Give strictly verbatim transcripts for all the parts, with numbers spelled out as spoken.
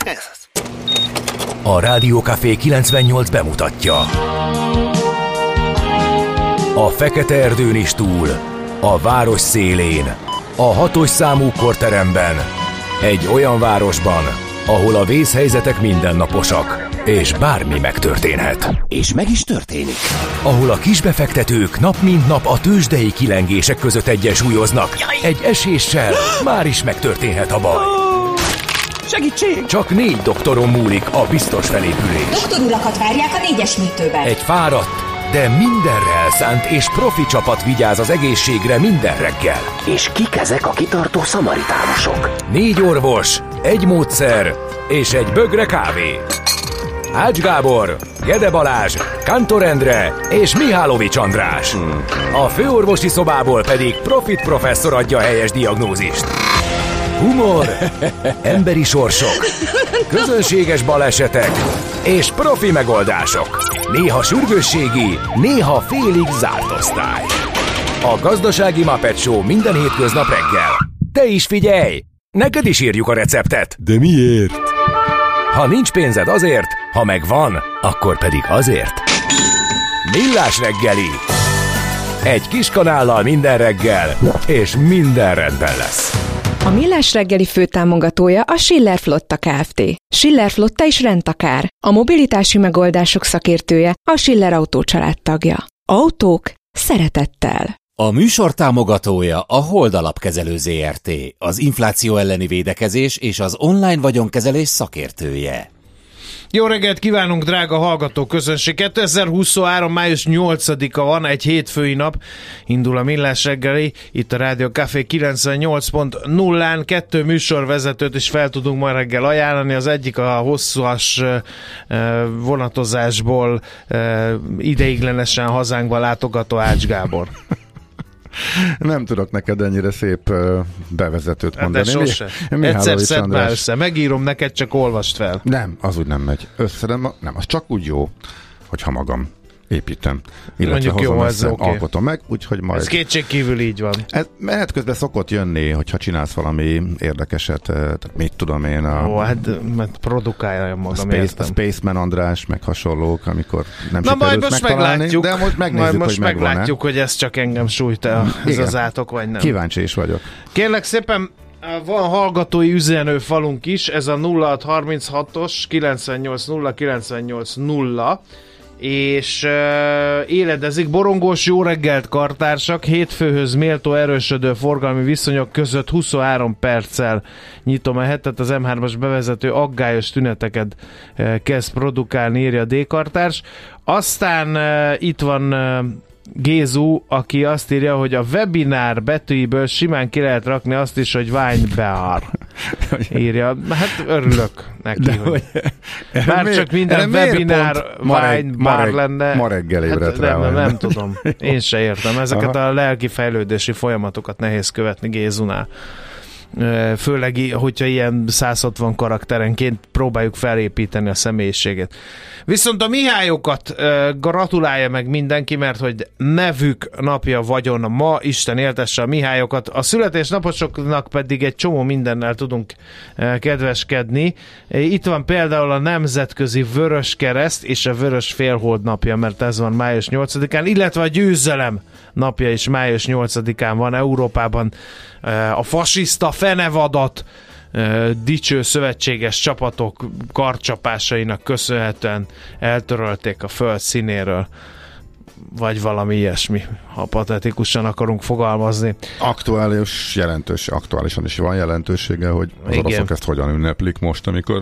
Ez az. A Rádió Café kilencvennyolc bemutatja. A fekete erdőn is túl, a város szélén, a hatos számú korteremben, egy olyan városban, ahol a vészhelyzetek mindennaposak, és bármi megtörténhet. És meg is történik. Ahol a kisbefektetők nap mint nap a tőzsdei kilengések között egyensúlyoznak. Egy eséssel már is megtörténhet a baj. Segítség! Csak négy doktoron múlik a biztos felépülés. Doktor urakat várják a négyes műtőben. Egy fáradt, de mindenre elszánt és profi csapat vigyáz az egészségre minden reggel. És kik ezek a kitartó szamaritánusok? Négy orvos, egy módszer és egy bögre kávé. Ács Gábor, Gede Balázs, Kantor Endre és Mihálovics András. Hmm. A főorvosi szobából pedig Profit professzor adja a helyes diagnózist. Humor, emberi sorsok, közönséges balesetek és profi megoldások. Néha sürgősségi, néha félig zárt osztály. A Gazdasági Muppet Show minden hétköznap reggel. Te is figyelj! Neked is írjuk a receptet. De miért? Ha nincs pénzed azért, ha megvan, akkor pedig azért. Millás reggeli. Egy kis kanállal minden reggel, és minden rendben lesz. A Millás reggeli főtámogatója a Schiller Flotta Kft. Schiller Flotta is rendtakár. A mobilitási megoldások szakértője, a Schiller Autó család tagja. Autók szeretettel. A műsor támogatója a Hold Alapkezelő zé er té, az infláció elleni védekezés és az online vagyonkezelés szakértője. Jó reggelt kívánunk, drága hallgató közönség! kétezer-huszonhárom. május nyolcadika van, egy hétfői nap. Indul a Millás reggeli, itt a Rádió Café kilencvennyolc pont nullán. Kettő műsorvezetőt is fel tudunk ma reggel ajánlani. Az egyik a hosszas vonatozásból ideiglenesen hazánkba látogató Ács Gábor. Nem tudok neked ennyire szép bevezetőt mondani. De sose. Mi, Egyszer szedd már össze. Megírom neked, csak olvast fel. Nem, az úgy nem megy. Összedem, nem, az csak úgy jó, hogyha magam építem. Illetve mondjuk jó, ez össze, okay. Alkotom meg, úgyhogy majd... Ez kétségkívül így van. Ez, mehet közben szokott jönni, hogyha csinálsz valami érdekeset, tehát mit tudom én a... Ó, hát mert produkálja magam, a Space, értem. A Spaceman András, meg hasonlók, amikor nem Na majd most megtalálni, meglátjuk, de most megnézzük, majd most hogy megvan-e. meglátjuk, hogy ez csak engem sújt-e ez az átok, vagy nem. Kíváncsi is vagyok. Kérlek szépen, van hallgatói üzenőfalunk is, ez a nulla hat harminchatos kilencvennyolc nulla kilencvennyolc nulla, és uh, éledezik. Borongós jó reggelt, kartársak! Hétfőhöz méltó erősödő forgalmi viszonyok között huszonhárom perccel nyitom a hetet. Az em hármas bevezető aggályos tüneteket uh, kezd produkálni, írja D-kartárs. Aztán uh, itt van uh, Gézu, aki azt írja, hogy a webinár betűiből simán ki lehet rakni azt is, hogy Weinbar. Írja. Hát örülök neki, De hogy hogy bár miért, csak minden webinár Weinbar lenne. Ma reggel ébredt hát, rá. Nem, nem tudom. Én se értem. Ezeket Aha. a lelki fejlődési folyamatokat nehéz követni Gézunál. Főleg, hogyha ilyen száz hatvan karakterenként próbáljuk felépíteni a személyiséget. Viszont a Mihályokat gratulálja meg mindenki, mert hogy nevük napja vagyon ma, Isten éltesse a Mihályokat. A születésnaposoknak pedig egy csomó mindennel tudunk kedveskedni. Itt van például a Nemzetközi Vöröskereszt és a Vörös Félhold napja, mert ez van május nyolcadikán, illetve a Győzelem napja is május nyolcadikán van. Európában a fasiszta fenevadat dicső szövetséges csapatok karcsapásainak köszönhetően eltörölték a föld színéről, vagy valami ilyesmi, ha patetikusan akarunk fogalmazni. Aktuális, jelentős, aktuálisan is van jelentősége, hogy az Igen. oroszok ezt hogyan ünneplik most, amikor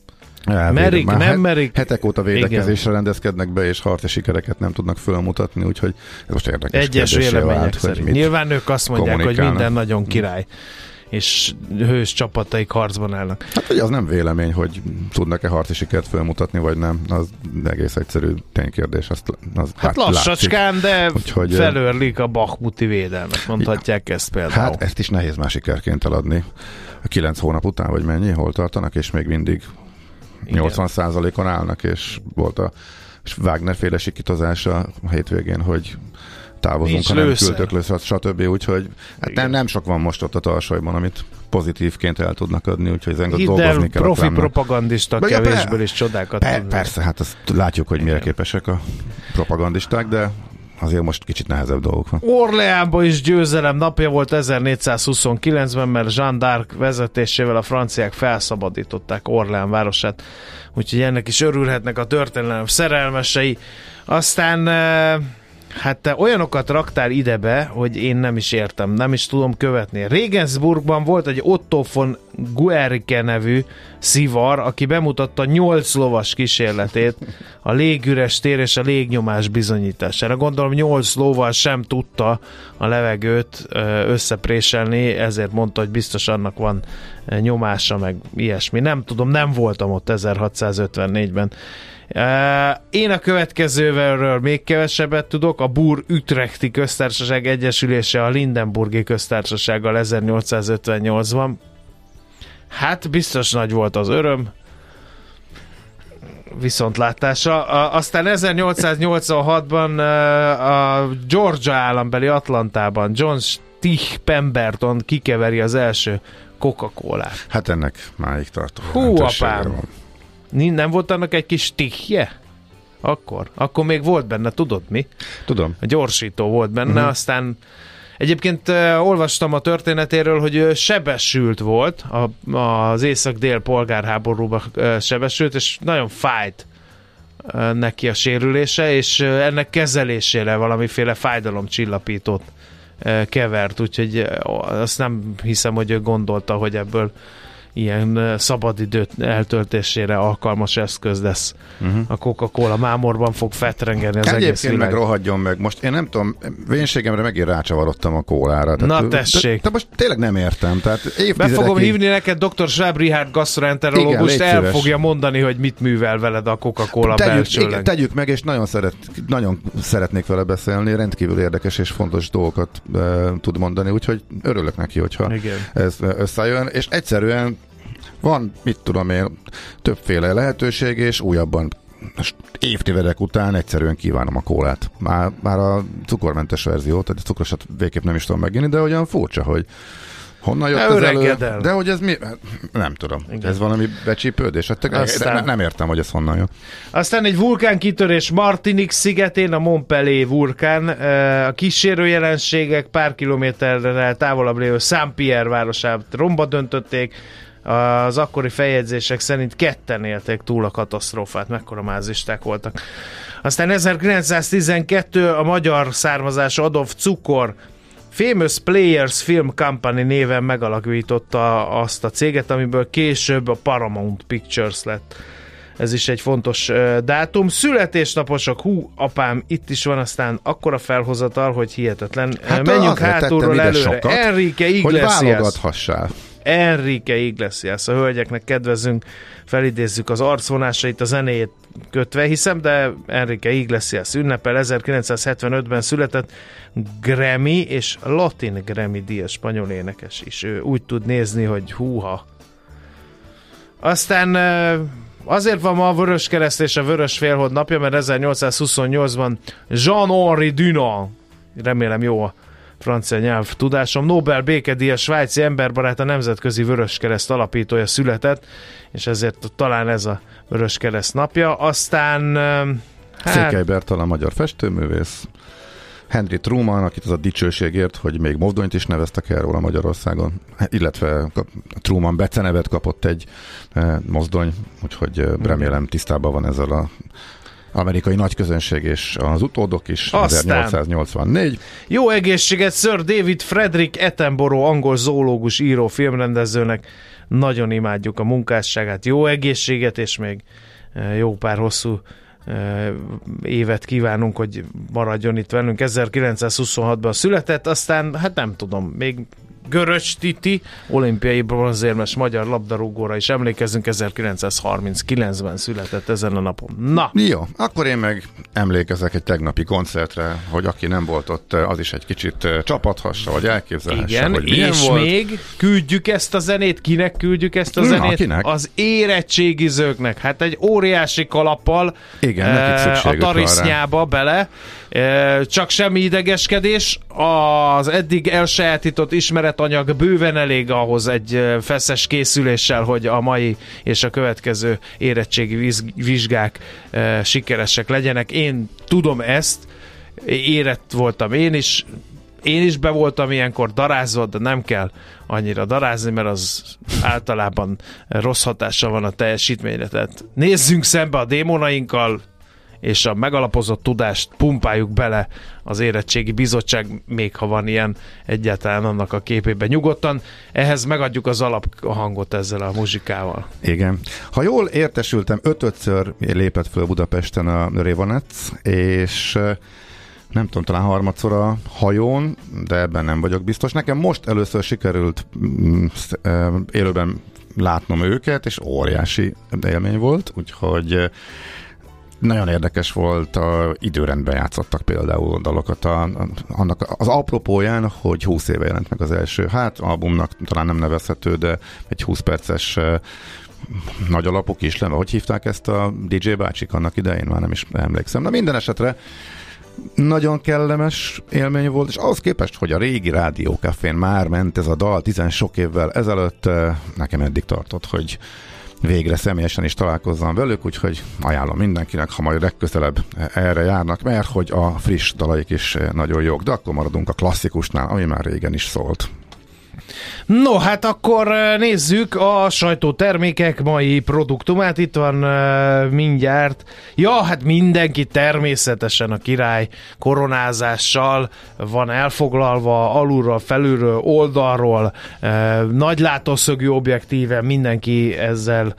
merik, már nem merik. Hetek óta védekezésre rendezkednek be, és harci sikereket nem tudnak fölmutatni, úgyhogy ez most érdekes Egyes kérdésé vélemények vált, szerint. Nyilván ők azt mondják, hogy minden nagyon király, hmm. és hős csapataik harcban állnak. Hát ugye az nem vélemény, hogy tudnak-e harci sikert fölmutatni, vagy nem. Az egész egyszerű ténykérdés. Azt, az hát lassacskán, de Úgyhogy, felőrlik a bakhmuti védelmet, mondhatják ezt például. Hát ezt is nehéz már sikerként eladni. Kilenc hónap után, vagy mennyi, hol tartanak, és még mindig igen. nyolcvan százalékon állnak, és volt a Wagner féle sikítozása a hétvégén, hogy távozunk, Nincs ha nem lőszer. küldtök lőszert, stb. Úgyhogy hát nem, nem sok van most ott a tarsolyban, amit pozitívként el tudnak adni, úgyhogy ezen dolgozni kell. Profi a propagandista ja, kevésből per, is csodákat per, tudni. Persze, hát azt látjuk, hogy mire képesek a propagandisták, de azért most kicsit nehezebb dolgok van. Orleánban is győzelem napja volt ezernégyszázhuszonkilencben, mert Jeanne d'Arc vezetésével a franciák felszabadították Orleán városát, úgyhogy ennek is örülhetnek a történelem szerelmesei. Aztán hát te olyanokat raktál idebe, hogy én nem is értem, nem is tudom követni. Regensburgban volt egy Otto von Guericke nevű szivar, aki bemutatta nyolc lovas kísérletét a légüres tér és a légnyomás bizonyítására. Gondolom nyolc lóval sem tudta a levegőt összepréselni, ezért mondta, hogy biztos annak van nyomása, meg ilyesmi. Nem tudom, nem voltam ott ezerhatszázötvennégyben. Én a következőről még kevesebbet tudok. A Búr-Ütrechti Köztársaság Egyesülése a Lindenburgi Köztársasággal ezernyolcszázötvennyolcban. Hát biztos nagy volt az öröm. Viszontlátásra. Aztán ezernyolcszáznyolcvanhatban a Georgia állambeli Atlantában John Stich Pemberton kikeveri az első Coca-Colát. Hát ennek máig tartó. Hú, apám! Nem volt annak egy kis stichje? Akkor? Akkor még volt benne, tudod mi? Tudom. A gyorsító volt benne, uh-huh. Aztán egyébként uh, olvastam a történetéről, hogy uh, sebesült volt, a, az észak-dél polgárháborúban uh, sebesült, és nagyon fájt uh, neki a sérülése, és uh, ennek kezelésére valamiféle fájdalomcsillapítót uh, kevert, úgyhogy uh, azt nem hiszem, hogy ő gondolta, hogy ebből ilyen szabadidő eltöltésére alkalmas eszköz lesz. Uh-huh. A Coca-Cola mámorban fog fetrengeni az Egyébként egész világ. meg rohadjon meg. Most én nem tudom, vénségemre megint rácsavarodtam a kólára. Tehát, Na tessék. De, de most tényleg nem értem. Tehát Be fogom hívni neked doktor Schwab Richard gastroenterológust, el szíves. fogja mondani, hogy mit művel veled a Coca-Cola belsőleg. Igen, tegyük meg, és nagyon, szeret, nagyon szeretnék vele beszélni, rendkívül érdekes és fontos dolgokat e, tud mondani, úgyhogy örülök neki, hogyha igen. ez összejön, és egyszerűen van, mit tudom én, többféle lehetőség, és újabban évtizedek után egyszerűen kívánom a kólát. Már, már a cukormentes verziót, tehát a cukrosat végképp nem is tudom meginni, de olyan furcsa, hogy honnan jött ez elő, de hogy ez mi, nem tudom. Igen. Ez valami becsípődés. Hát Aztán... Nem értem, hogy ez honnan jön. Aztán egy vulkánkitörés Martinique szigetén, a Montpellier vulkán. A kísérő jelenségek pár kilométerrel távolabb lévő Saint-Pierre városát romba döntötték. Az akkori feljegyzések szerint ketten élték túl a katasztrófát, mekkora mázisták voltak. Aztán ezerkilencszáztizenkettő a magyar származású Adolf Cukor Famous Players Film Company néven megalakította azt a céget, amiből később a Paramount Pictures lett. Ez is egy fontos uh, dátum. Születésnaposok, hú, apám, itt is van, aztán akkora felhozatal, hogy hihetetlen. Hát menjünk hátulról előre. Sokat, Enrique Iglesias. Hogy válogathassál. Enrique Iglesias, a hölgyeknek kedvezünk, felidézzük az arcvonásait, a zenéjét kötve hiszem, de Enrique Iglesias ünnepel, ezerkilencszázhetvenötben született, Grammy és Latin Grammy díjas spanyol énekes is. Ő úgy tud nézni, hogy húha. Aztán azért van ma a Vöröskereszt és a Vörös Félhold napja, mert ezernyolcszázhuszonnyolcban Jean-Henri Dunant, remélem jó a francia nyelv tudásom, Nobel békedíjas svájci emberbarát, a Nemzetközi Vöröskereszt alapítója született, és ezért talán ez a Vöröskereszt napja. Aztán hát... Székely Bertalan, a magyar festőművész, Henry Truman, akit az a dicsőségért, hogy még mozdonyt is neveztek el róla Magyarországon, illetve Truman becenevet kapott egy mozdony, úgyhogy remélem tisztában van ezzel a amerikai nagyközönség és az utódok is. Aztán ezernyolcszáznyolcvannégy. Jó egészséget Sir David Frederick Attenborough, angol zoológus, író, filmrendezőnek. Nagyon imádjuk a munkásságát. Jó egészséget, és még jó pár hosszú évet kívánunk, hogy maradjon itt velünk. ezerkilencszázhuszonhatban született, aztán hát nem tudom, még Göröcs Titi, olimpiai bronzérmes magyar labdarúgóra is emlékezzünk, ezerkilencszázharminckilencben született ezen a napon. Na! Jó, akkor én meg emlékezek egy tegnapi koncertre, hogy aki nem volt ott, az is egy kicsit csapathassa, vagy elképzelhesse, igen, hogy milyen és volt. még küldjük ezt a zenét, kinek küldjük ezt a Na, zenét? kinek? Az érettségizőknek. Hát egy óriási kalappal igen, e, a tarisznyába bele, Csak semmi idegeskedés, az eddig elsajátított ismeretanyag bőven elég ahhoz egy feszes készüléssel, hogy a mai és a következő érettségi vizsgák sikeresek legyenek. Én tudom ezt, érett voltam én is, én is be voltam ilyenkor darázva, de nem kell annyira darázni, mert az általában rossz hatással van a teljesítményre. Tehát nézzünk szembe a démonainkkal, és a megalapozott tudást pumpáljuk bele az érettségi bizottság, még ha van ilyen egyáltalán annak a képében nyugodtan. Ehhez megadjuk az alaphangot ezzel a muzsikával. Igen. Ha jól értesültem, ötödször lépett föl Budapesten a Révanec, és nem tudom, talán harmadszor a hajón, de ebben nem vagyok biztos. Nekem most először sikerült élőben látnom őket, és óriási élmény volt, úgyhogy nagyon érdekes volt, a időrendben játszottak például dalokat. A, a, annak az apropóján, hogy húsz éve jelent meg az első, hát albumnak talán nem nevezhető, de egy húsz perces uh, nagy alapú kisleme. Hogy hívták ezt a dé dzsé bácsik annak idején? Már nem is emlékszem. Na minden esetre nagyon kellemes élmény volt, és ahhoz képest, hogy a régi rádiókafén már ment ez a dal tizen sok évvel ezelőtt, nekem eddig tartott, hogy végre személyesen is találkozzam velük, úgyhogy ajánlom mindenkinek, ha majd legközelebb erre járnak, mert hogy a friss dalaik is nagyon jók, de akkor maradunk a klasszikusnál, ami már régen is szólt. No, hát akkor nézzük a sajtótermékek mai produktumát. Itt van uh, mindjárt. Ja, hát mindenki természetesen a király koronázással van elfoglalva, alulról, felülről, oldalról, uh, nagy látószögű objektíve, mindenki ezzel,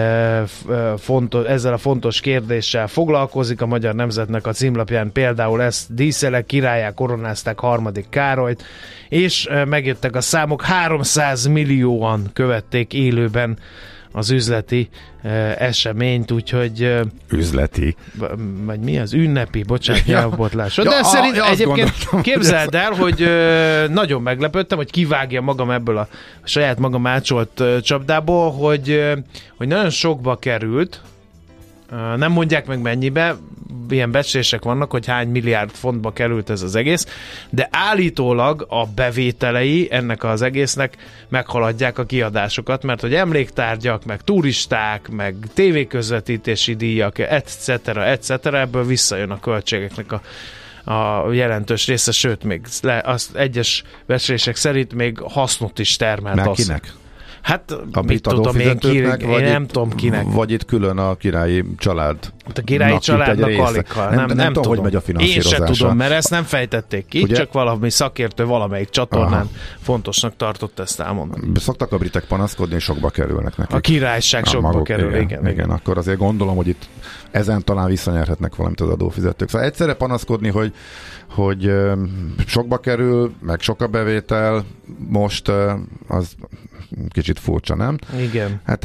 uh, fontos, ezzel a fontos kérdéssel foglalkozik. A Magyar Nemzetnek a címlapján például ezt díszelek királyá koronázták harmadik Károlyt, és uh, megjöttek a számok, háromszáz millióan követték élőben az üzleti uh, eseményt, úgyhogy... Uh, üzleti? Vagy mi az? Ünnepi, bocsánat, ja. nyelvbotlásod. Ja, de szerint ja, egyébként képzeld el, hogy uh, nagyon meglepődtem, hogy kivágja magam ebből a saját magam ácsolt uh, csapdából, hogy, uh, hogy nagyon sokba került, uh, nem mondják meg mennyibe, ilyen becslések vannak, hogy hány milliárd fontba került ez az egész, de állítólag a bevételei ennek az egésznek meghaladják a kiadásokat, mert hogy emléktárgyak, meg turisták, meg tévéközvetítési díjak, et cetera, et cetera, ebből visszajön a költségeknek a, a jelentős része, sőt, még le, az egyes becslések szerint még hasznot is termelt. Meg kinek? Hát, a mit tudom én, ki, én nem itt, tudom kinek. Vagy itt külön a királyi család. A királyi családnak alikkal. Nem, nem, nem, nem tudom, hogy megy a finanszírozása. Én sem tudom, mert ezt nem fejtették ki, ugye? Csak valami szakértő valamelyik csatornán aha. fontosnak tartott ezt elmondani. Szoktak a britek panaszkodni, és sokba kerülnek nekik. A királyság a sokba maguk, kerül, igen, igen, igen. igen. Akkor azért gondolom, hogy itt ezen talán visszanyerhetnek valamit az adófizetők. Szóval egyszerre panaszkodni, hogy, hogy sokba kerül, meg sok a bevétel, most az kicsit furcsa, nem? Igen. Hát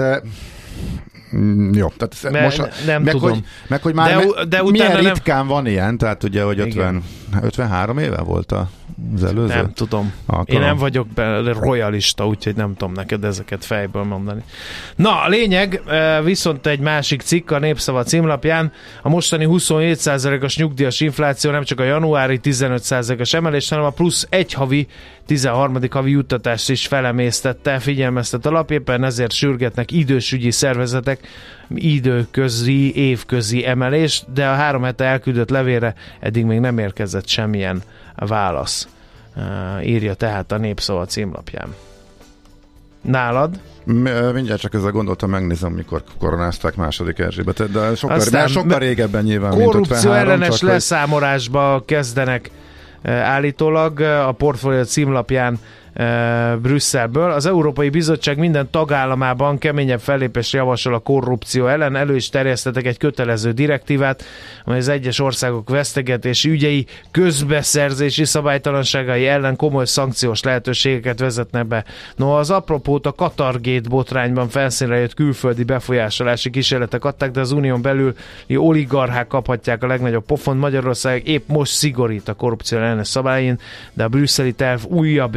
jó, tehát most, nem meg, tudom. Hogy, meg hogy már de, me, de milyen nem... ritkán van ilyen, tehát ugye, hogy ötven, ötvenhárom éve volt az előző? Nem tudom. Akkor Én nem vagyok be royalista, úgyhogy nem tudom neked ezeket fejből mondani. Na, a lényeg, viszont egy másik cikk a Népszava címlapján, a mostani huszonhét százalékos nyugdíjas infláció nem csak a januári tizenöt százalékos emelés, hanem a plusz egy havi, tizenharmadik havi juttatást is felemésztette, figyelmeztet a lap, éppen ezért sürgetnek idősügyi szervezetek időközi, évközi emelést, de a három hete elküldött levélre eddig még nem érkezett semmilyen válasz. Uh, írja tehát a Népszava címlapján. Nálad? Mindjárt csak ezzel gondoltam, megnézem, mikor koronázták második Erzsébetet, de sokkal, Aztán sokkal régebben nyilván, mint ötvenhárom. Korrupció ellenes leszámolásba kezdenek állítólag a Portfolio címlapján Brüsszelből. Az Európai Bizottság minden tagállamában keményebb fellépést javasol a korrupció ellen. Elő is terjesztettek egy kötelező direktívát, amely az egyes országok vesztegetési ügyei közbeszerzési szabálytalanságai ellen komoly szankciós lehetőségeket vezetne be. No, az apropót a Qatargate botrányban felszínre jött külföldi befolyásolási kísérletek adták, de az unión belüli oligarchák kaphatják a legnagyobb pofont. Magyarország épp most szigorít a korrupció ellenes szabályin, de a brüsszeli terv újabb jogszabály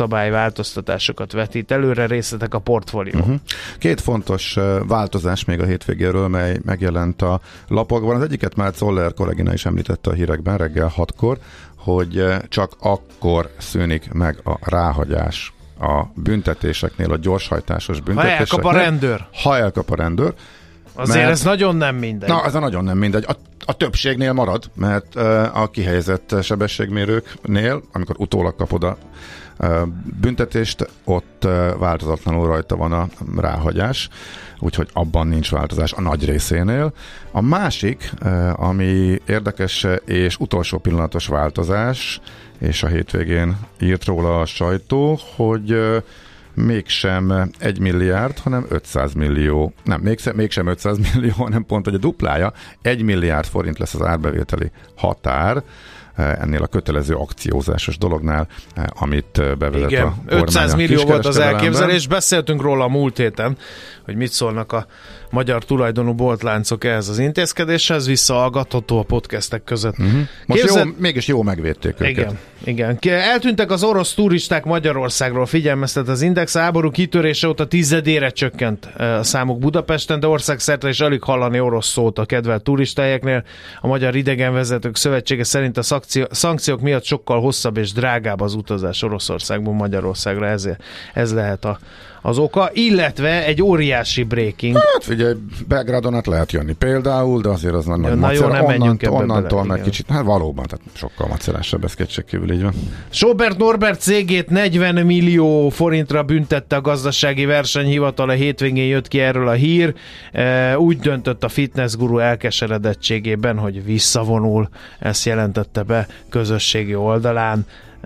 szabályváltoztatásokat vetít előre, részletek a portfólió. Uh-huh. Két fontos változás még a hétvégéről, mely megjelent a lapokban. Az egyiket már Czoller kollégina is említette a hírekben reggel hatkor, hogy csak akkor szűnik meg a ráhagyás a büntetéseknél, a gyorshajtásos büntetéseknél. Ha elkap a rendőr. Ha elkap a rendőr. Azért mert, ez nagyon nem mindegy. Na, ez a nagyon nem mindegy. A, a többségnél marad, mert uh, a kihelyezett sebességmérőknél, amikor utólag kapod a uh, büntetést, ott uh, változatlanul rajta van a ráhagyás, úgyhogy abban nincs változás a nagy részénél. A másik, uh, ami érdekes és utolsó pillanatos változás, és a hétvégén írt róla a sajtó, hogy uh, mégsem egy milliárd, hanem ötszáz millió, nem, mégsem, mégsem ötszáz millió, hanem pont, hogy a duplája, egy milliárd forint lesz az árbevételi határ ennél a kötelező akciózásos dolognál, amit bevezet igen, a kormány. ötszáz millió volt az elképzelés, beszéltünk róla a múlt héten, hogy mit szólnak a magyar tulajdonú boltláncok ehhez az intézkedéshez, visszahallgatható a podcastek között. Uh-huh. Most Képzel... jó, mégis jó megvédték őket. Igen, igen. Eltűntek az orosz turisták Magyarországról, figyelmeztet az Index, a háború kitörése óta tizedére csökkent a számuk Budapesten, de országszerte is alig hallani orosz szót a kedvelt turistájéknél. A Magyar Idegenvezetők Szövetsége szerint a szakció, szankciók miatt sokkal hosszabb és drágább az utazás Oroszországból Magyarországra, ezért ez lehet a az oka, illetve egy óriási breaking. Hát figyelj, Belgrádon át lehet jönni például, de azért az nagy ja, macera. Jó, nem menjünk ebbe onnantól bele, meg kicsit, hát valóban, tehát sokkal macerásabb, ez kétségkívül így van. Sobert Norbert cégét negyven millió forintra büntette a gazdasági versenyhivatal, a hétvégén jött ki erről a hír. Úgy döntött a fitness guru elkeseredettségében, hogy visszavonul, ezt jelentette be közösségi oldalán.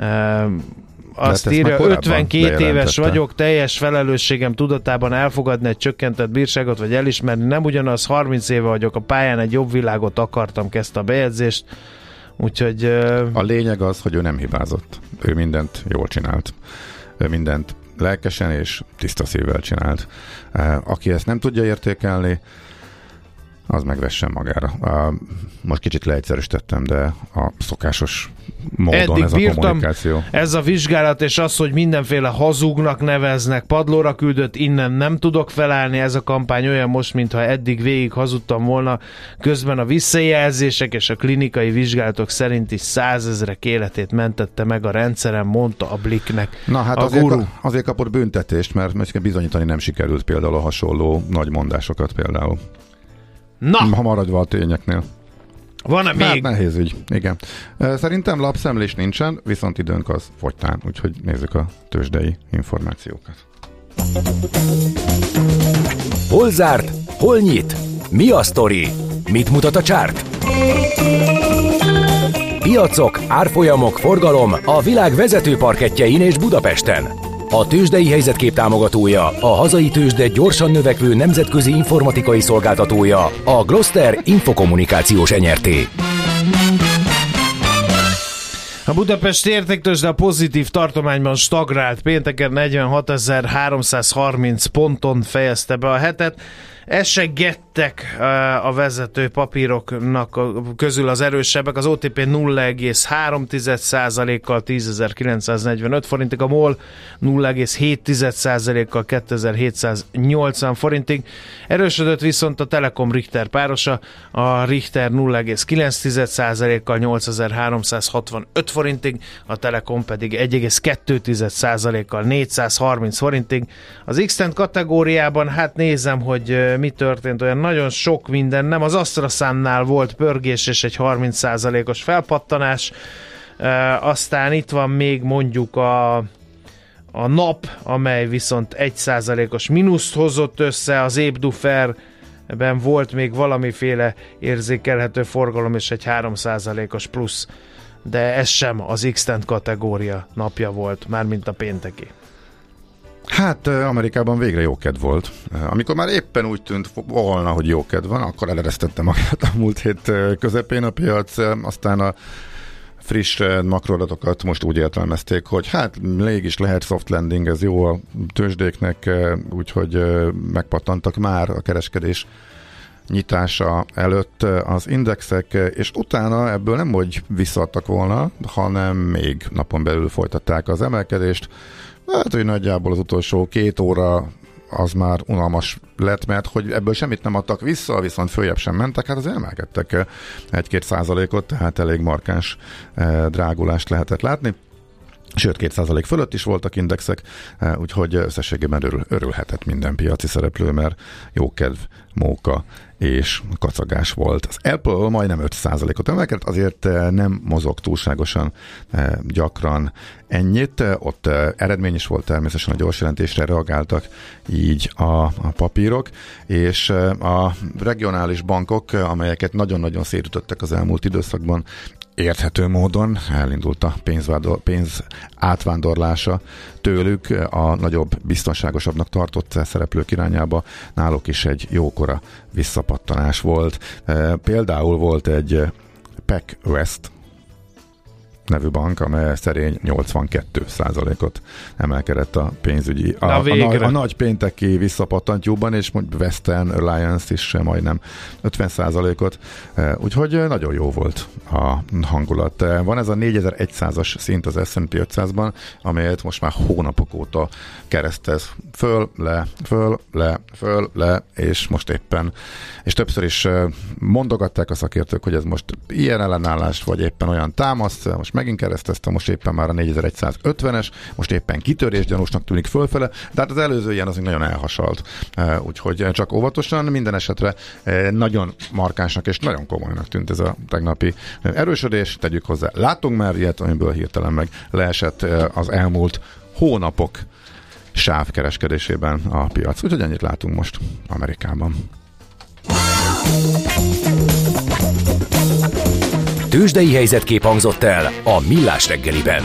Azt írja, ötvenkét éves vagyok, teljes felelősségem tudatában elfogadni egy csökkentett bírságot, vagy elismerni. Nem ugyanaz, harminc éve vagyok a pályán, egy jobb világot akartam, kezdte a bejegyzést. Úgyhogy... A lényeg az, hogy ő nem hibázott. Ő mindent jól csinált. Ő mindent lelkesen és tiszta szívvel csinált. Aki ezt nem tudja értékelni, az megvessen magára. Most kicsit leegyszerűsítettem, de a szokásos módon eddig ez a kommunikáció. Ez a vizsgálat, és az, hogy mindenféle hazugnak neveznek, padlóra küldött, innen nem tudok felállni, ez a kampány olyan most, mintha eddig végig hazudtam volna, közben a visszajelzések és a klinikai vizsgálatok szerint is százezrek életét mentette meg a rendszerem, mondta a Blicknek. Na hát a azért, guru. azért kapott büntetést, mert bizonyítani nem sikerült például a hasonló nagy mondásokat például. Na! Ha maradva a tényeknél. Van-e még? Hát nehéz ügy, igen. Szerintem lapszemlés nincsen, viszont időnk az fogytán, úgyhogy nézzük a tőzsdei információkat. Hol zárt? Hol nyit? Mi a sztori? Mit mutat a csárt? Piacok, árfolyamok, forgalom a világ vezető parkettjein és Budapesten. A tőzsdei helyzetkép támogatója, a hazai tőzsde gyorsan növekvő nemzetközi informatikai szolgáltatója, a Gloster Infokommunikációs Enyerté. A Budapesti értéktőzsde a pozitív tartományban stagnált, pénteken negyvenhatezer-háromszázharminc ponton fejezte be a hetet. Esegettek a vezető papíroknak közül az erősebbek, az o té pé nulla egész három százalékkal tízezer-kilencszáznegyvenöt forintig, a MOL nulla egész hét százalékkal kétezer-hétszáznyolcvan forintig. Erősödött viszont a Telekom Richter párosa, a Richter nulla egész kilenc százalékkal nyolcezer-háromszázhatvanöt forintig, a Telekom pedig egy egész kettő százalékkal négyszázharminc forintig. Az X-Tent kategóriában hát nézem, hogy mi történt, olyan nagyon sok minden, nem, az AstraZánál volt pörgés és egy harminc százalékos felpattanás, e, aztán itt van még mondjuk a, a nap, amely viszont egy százalékos mínuszt hozott össze, az Ébduferben volt még valamiféle érzékelhető forgalom és egy három százalékos plusz, de ez sem az X-Tent kategória napja volt, mármint a pénteki. Hát Amerikában végre jókedv volt. Amikor már éppen úgy tűnt volna, hogy jókedv van, akkor eleresztette magát a múlt hét közepén a piac, aztán a friss makroadatokat most úgy értelmezték, hogy hát mégis lehet soft landing, ez jó a tőzsdéknek, úgyhogy megpattantak már a kereskedés nyitása előtt az indexek, és utána ebből nem hogy visszaadtak volna, hanem még napon belül folytatták az emelkedést. Hát, hogy nagyjából az utolsó két óra az már unalmas lett, mert hogy ebből semmit nem adtak vissza, viszont följebb sem mentek, hát az emelkedtek egy-két százalékot, tehát elég markáns drágulást lehetett látni. Sőt, két százalék fölött is voltak indexek, úgyhogy összességében örül, örülhetett minden piaci szereplő, mert jókedv, móka és kacagás volt. Az Apple majdnem öt százalékot emelkedett, azért nem mozog túlságosan gyakran ennyit. Ott eredmény is volt, természetesen a gyors jelentésre reagáltak így a, a papírok, és a regionális bankok, amelyeket nagyon-nagyon szétütöttek az elmúlt időszakban, érthető módon elindult a pénz átvándorlása tőlük a nagyobb, biztonságosabbnak tartott szereplők irányába. Náluk is egy jókora visszapattanás volt. Például volt egy PacWest nevű bank, amely szerény nyolcvankét százalékot emelkedett a pénzügyi, a, a, a, a nagy pénteki visszapattantyúban, és Western Alliance is majdnem ötven százalékot, úgyhogy nagyon jó volt a hangulat. Van ez a négyezer-százas szint az es and pé ötszázban, amelyet most már hónapok óta keresztez föl, le, föl, le, föl, le, és most éppen, és többször is mondogatták a szakértők, hogy ez most ilyen ellenállás, vagy éppen olyan támasz, most megint keresztezte, most éppen már a négyezer-százötvenes, most éppen kitörés gyanúsnak tűnik fölfele, de hát az előző ilyen az nagyon elhasalt. Úgyhogy csak óvatosan, minden esetre nagyon markánsnak és nagyon komolynak tűnt ez a tegnapi erősödés, tegyük hozzá. Látunk már ilyet, amiből hirtelen meg leesett az elmúlt hónapok sávkereskedésében a piac. Úgyhogy ennyit látunk most Amerikában. Tőzsdei helyzetkép hangzott el a Millás reggeliben.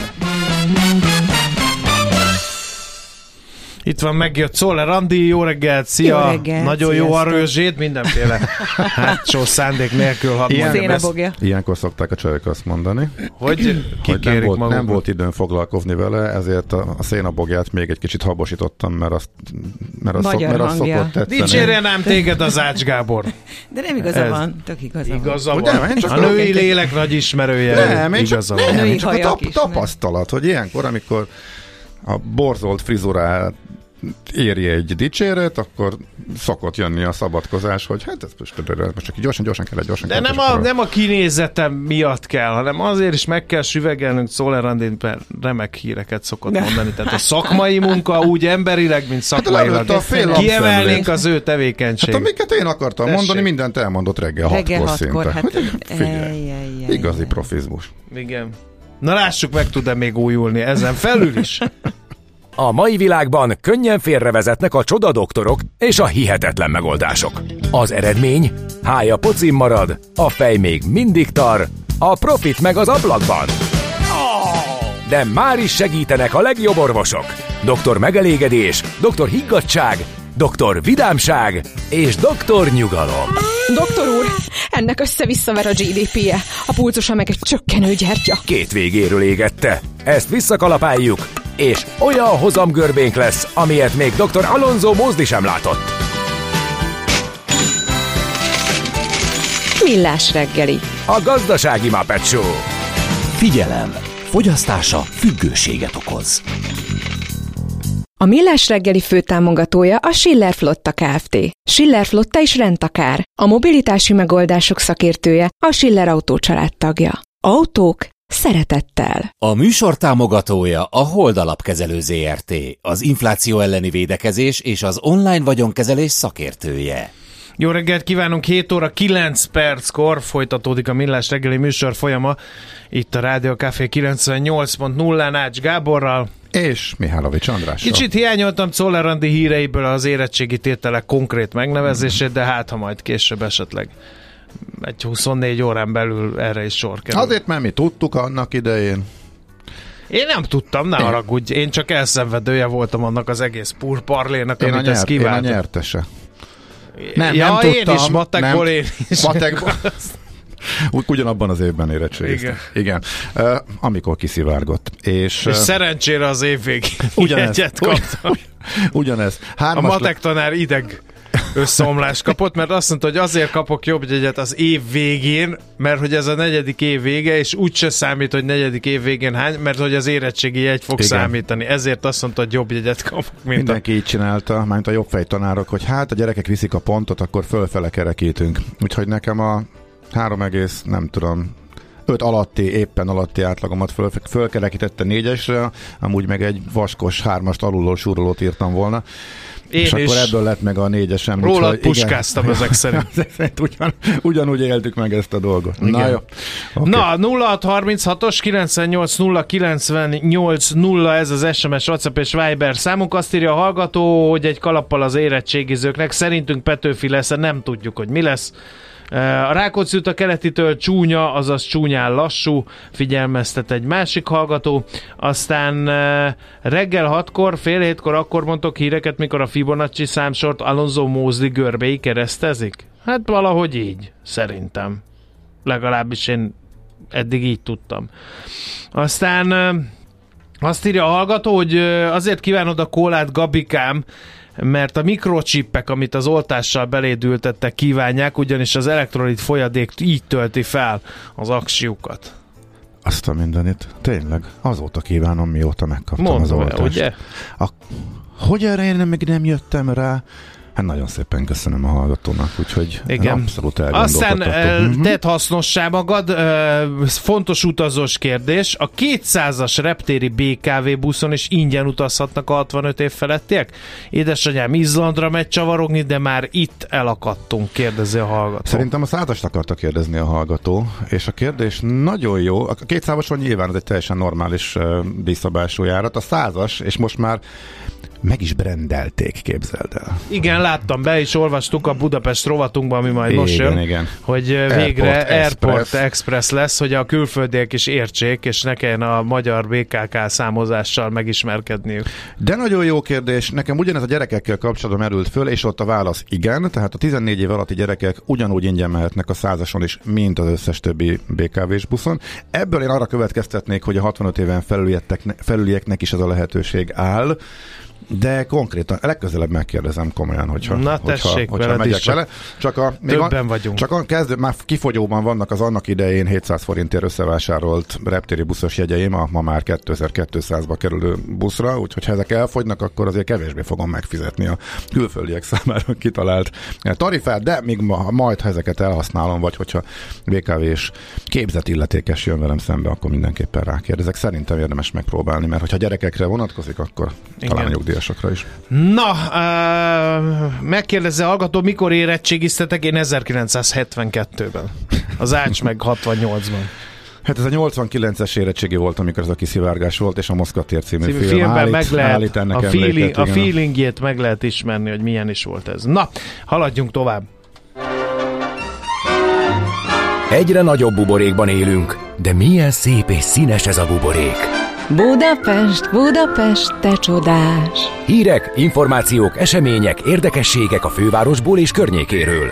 Itt van, megjött Czoller Andi, jó reggelt, szia! Jó reggelt, nagyon sziasztok. Jó a rőzsét, mindenféle hátsó szándék nélkül hadd Ilyen, Ilyenkor szokták a csajok azt mondani, hogy, hogy nem, volt, nem volt időn foglalkozni vele, ezért a, a szénabogját még egy kicsit habosítottam, mert azt, mert azt, szok, mert azt szokott tetszeni. Dicsérjen ám téged az Ács Gábor! De nem igaza Ez van, tök igaza, igaza van. van. van. Csak a női lélek nagy ismerője. Nem, én igaza csak, van. nem, én csak a tap, is, tapasztalat, hogy ilyenkor, amikor a borzolt frizurát éri egy dicséret, akkor szokott jönni a szabadkozás, hogy hát ez most, most csak gyorsan, gyorsan kell, gyorsan De kell. nem a, nem a kinézetem miatt kell, hanem azért is meg kell süvegelnünk Czoller Andin, mert remek híreket szokott de. mondani. Tehát a szakmai munka úgy emberileg, mint szakmailag. Hát kiemelnénk az ő tevékenység. Hát amiket én akartam Tessék. mondani, mindent elmondott reggel, reggel hatkor szinte. Hát, figyelj, igazi profizmus. Igen. Na lássuk, meg tud-e még újulni ezen felül is. A mai világban könnyen félrevezetnek a csodadoktorok és a hihetetlen megoldások. Az eredmény? Hája pocim marad, a fej még mindig tar, a profit meg az ablakban. De már is segítenek a legjobb orvosok. doktor Megelégedés, doktor Higgadtság, doktor Vidámság és doktor Nyugalom. Doktor úr, ennek össze-visszaver a gé dé pé-je, a pulcosa meg egy csökkenő gyertya. Két végéről égette. Ezt visszakalapáljuk, és olyan hozamgörbénk lesz, amilyet még doktor Alonso Mózdi sem látott. Millás reggeli. A gazdasági Muppet Show. Figyelem! Fogyasztása függőséget okoz. A Millás reggeli főtámogatója a Schiller Flotta Kft. Schiller Flotta is rendtakár. A mobilitási megoldások szakértője, a Schiller Autó család tagja. Autók szeretettel. A műsor támogatója a Hold Alapkezelő zé er té, az infláció elleni védekezés és az online vagyonkezelés szakértője. Jó reggelt kívánunk, hét óra kilenc perckor folytatódik a Millás reggeli műsor folyama itt a Rádió Café kilencvennyolc pont nullán Ács Gáborral. És Mihálovics Andrással. Kicsit hiányoltam Czoller Andi híreiből az érettségi tételek konkrét megnevezését, de hát ha majd később esetleg egy huszonnégy órán belül erre is sor kerül. Azért, mert mi tudtuk annak idején. Én nem tudtam, ne haragudj, én csak elszenvedője voltam annak az egész purparlénak, amit ez kívánt. Én a nyertese. Nem, ja, nem én tudtam, is, matekból nem, én is. Matekból. Ugyanabban az évben érettségiztem. Igen. Igen. Uh, amikor kiszivárgott. És, és uh, szerencsére az év végén ugyanez, egyet kaptam. Ugyanez. Hármas a matek tanár ideg összeomlást kapott, mert azt mondta, hogy azért kapok jobb jegyet az év végén, mert hogy ez a negyedik év vége, és úgyse számít, hogy negyedik év végén hány, mert hogy az érettségi jegy fog Igen. számítani. Ezért azt mondta, hogy jobb jegyet kapok, mint Mindenki a... így csinálta, mint a jobbfej tanárok, hogy hát a gyerekek viszik a pontot, akkor fölfele kerekítünk. Úgyhogy nekem a három egész, nem tudom, öt alatti, éppen alatti átlagomat föl, fölkerekítette négyesre, amúgy meg egy vaskos hármast alulról súrolót írtam volna. Én és akkor ebből lett meg a négyesem. Rólad úgy, puskáztam igen, ezek szerint. Ugyan, ugyanúgy éltük meg ezt a dolgot. Igen. Na jó. Okay. Na, nulla hat harminchatos kilencvennyolc nulla kilencvennyolc nulla ez az es em es, WhatsApp és Viber számunk. Azt írja a hallgató, hogy egy kalappal az érettségizőknek. Szerintünk Petőfi lesz, nem tudjuk, hogy mi lesz. A Rákóczi út a keletitől csúnya, azaz csúnyán lassú, figyelmeztet egy másik hallgató. Aztán reggel hatkor, fél hétkor akkor mondtok híreket, mikor a Fibonacci számsort Alonso Mosley görbéi keresztezik? Hát valahogy így, szerintem. Legalábbis én eddig így tudtam. Aztán azt írja a hallgató, hogy azért kívánod a kólát, Gabikám, mert a mikrocsippek, amit az oltással belédültettek, kívánják, ugyanis az elektrolit folyadék így tölti fel az aksiukat. Azt a mindenit. Tényleg. Azóta kívánom, mióta megkaptam Mondom az oltást. Ugye? A, hogy erre én még nem jöttem rá? Hát nagyon szépen köszönöm a hallgatónak, úgyhogy igen. Abszolút elgondolkodtatok. Aztán tedd hasznossá magad, fontos utazós kérdés, a kétszázas reptéri bé ká vé buszon is ingyen utazhatnak a hatvanöt év felettiek? Édesanyám Izlandra megy csavarogni, de már itt elakadtunk, kérdezi a hallgató. Szerintem a százast akarta kérdezni a hallgató, és a kérdés nagyon jó. A kétszázason nyilván ez egy teljesen normális uh, díjszabású járat. A százas, és most már meg is brendelték, képzeld el. Igen, láttam be, és olvastuk a Budapest rovatunkban, ami majd igen, most jön, igen. hogy végre Airport, Airport Express. Express lesz, hogy a külföldiek is értsék, és ne kelljen a magyar bé ká ká számozással megismerkedniük. De nagyon jó kérdés. Nekem ugyanez a gyerekekkel kapcsolatban merült föl, és ott a válasz igen, tehát a tizennégy év alatti gyerekek ugyanúgy ingyen mehetnek a százason is, mint az összes többi bé ká vés buszon. Ebből én arra következtetnék, hogy a hatvanöt éven felülieknek is ez a lehetőség áll, de konkrétan legközelebb megkérdezem komolyan, hogyha, Na, tessék, hogyha, hogyha megyek vele. Csak a, még többen a, vagyunk. Csak a kezdő, már kifogyóban vannak az annak idején hétszáz forintért összevásárolt reptéri buszos jegyeim, a ma már kétezer-kétszázba kerülő buszra, úgyhogy ha ezek elfogynak, akkor azért kevésbé fogom megfizetni a külföldiek számára kitalált tarifát, de még ma, majd, ha ezeket elhasználom, vagy hogyha bé ká vés képzett illetékes jön velem szembe, akkor mindenképpen rákérdezek. Szerintem érdemes megpróbálni, mert hogyha gyerekekre vonatkozik, akkor igen. Talán a nyugdíjasokra is. Na, uh, megkérdezze a hallgató, mikor érettségiztetek? Én ezerkilencszázhetvenkettőben. Az Ács meg hatvannyolcban. Hát ez a nyolcvankilences érettségi volt, amikor ez a kiszivárgás volt, és a Moszkva tér című film filmben állít, meg lehet, állít ennek a, feeling, a igen. feelingjét meg lehet ismerni, hogy milyen is volt ez. Na, haladjunk tovább. Egyre nagyobb buborékban élünk, de milyen szép és színes ez a buborék. Budapest, Budapest, te csodás! Hírek, információk, események, érdekességek a fővárosból és környékéről.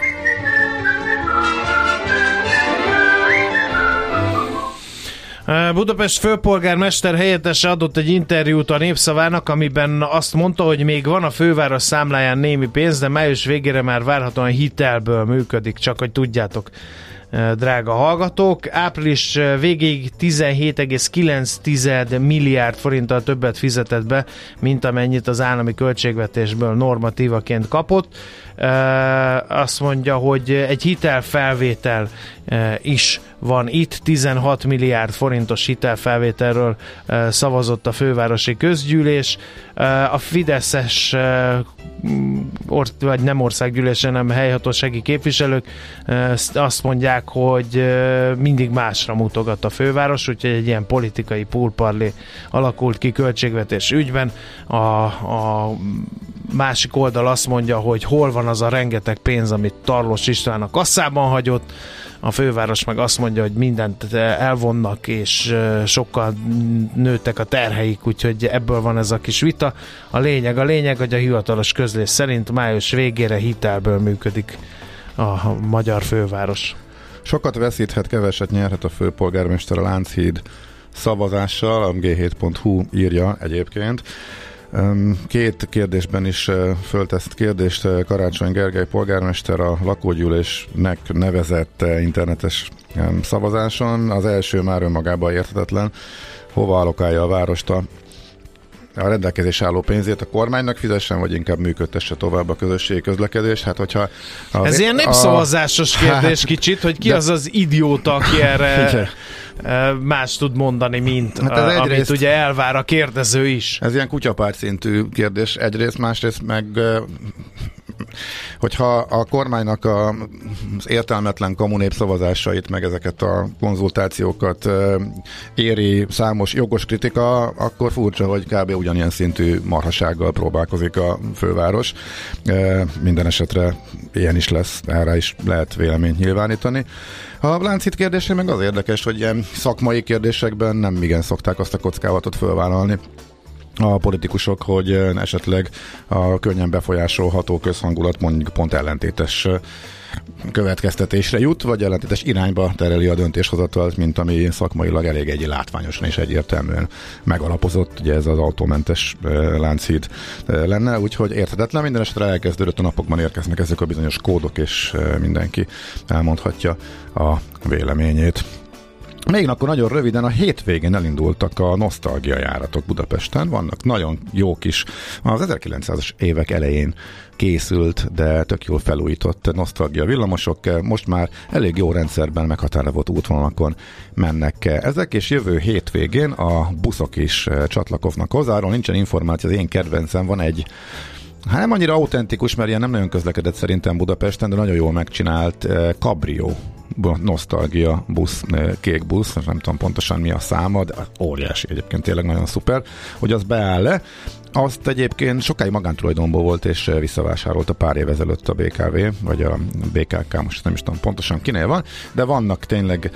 Budapest főpolgármester helyettese adott egy interjút a Népszavának, amiben azt mondta, hogy még van a főváros számláján némi pénz, de május végére már várhatóan hitelből működik, csak hogy tudjátok, drága hallgatók. Április végéig tizenhét egész kilenc milliárd forinttal többet fizetett be, mint amennyit az állami költségvetésből normatívaként kapott. Azt mondja, hogy egy hitelfelvétel is van itt, tizenhat milliárd forintos hitelfelvételről szavazott a fővárosi közgyűlés. A fideszes or, vagy nem országgyűlésen, nem helyhatósági képviselők azt mondják, hogy mindig másra mutogat a főváros, úgyhogy egy ilyen politikai púlparlé alakult ki költségvetés ügyben. A, a másik oldal azt mondja, hogy hol van az a rengeteg pénz, amit Tarlós István a kasszában hagyott, a főváros meg azt mondja, hogy mindent elvonnak, és sokkal nőttek a terheik, úgyhogy ebből van ez a kis vita. A lényeg, a lényeg, hogy a hivatalos közlés szerint május végére hitelből működik a magyar főváros. Sokat veszíthet, keveset nyerhet a főpolgármester a Lánchíd szavazással, a gé hét pont hú írja egyébként. Két kérdésben is föltesz kérdést Karácsony Gergely polgármester a lakógyűlésnek nevezett internetes szavazáson. Az első már önmagában érthetetlen. Hova allokálja a várost a a rendelkezés álló pénzét a kormánynak fizessen, vagy inkább működtesse tovább a közösségi közlekedés. Hát, hogyha a, Ez ilyen népszavazásos kérdés hát, kicsit, hogy ki de, az az idióta, aki erre más tud mondani, mint hát a, amit részt, ugye elvár a kérdező is. Ez ilyen kutyapárt szintű kérdés egyrészt, másrészt meg hogyha a kormánynak a, az értelmetlen kamu népszavazásait, meg ezeket a konzultációkat éri számos jogos kritika, akkor furcsa, hogy kb. Ugyanilyen szintű marhasággal próbálkozik a főváros. Minden esetre ilyen is lesz, erre is lehet véleményt nyilvánítani. A Lánchíd kérdése meg az érdekes, hogy ilyen szakmai kérdésekben nem igen szokták azt a kockázatot fölvállalni a politikusok, hogy esetleg a könnyen befolyásolható közhangulat mondjuk pont ellentétes következtetésre jut, vagy ellentétes irányba tereli a döntéshozatalt, mint ami szakmailag elég egy látványosan és egyértelműen megalapozott, ugye ez az autómentes Lánchíd lenne, úgyhogy érthetetlen, minden esetre elkezdődött, a napokban érkeznek ezek a bizonyos kódok, és mindenki elmondhatja a véleményét. Még akkor nagyon röviden, a hétvégén elindultak a nosztalgia járatok Budapesten, vannak nagyon jó kis, az ezerkilencszázas évek elején készült, de tök jól felújított nosztalgia villamosok, most már elég jó rendszerben meghatározott útvonalakon mennek ezek, és jövő hétvégén a buszok is csatlakoznak hozzá, arról nincsen információ, az én kedvencem van egy, hát nem annyira autentikus, mert ilyen nem nagyon közlekedett szerintem Budapesten, de nagyon jól megcsinált Cabrio nosztalgia busz, kék busz, nem tudom pontosan mi a száma, de óriási egyébként, tényleg nagyon szuper, hogy az beáll le. Azt egyébként sokáig magántulajdonból volt, és visszavásárolta pár év ezelőtt a bé ká vé, vagy a bé ká ká, most nem is tudom pontosan kinél van, de vannak tényleg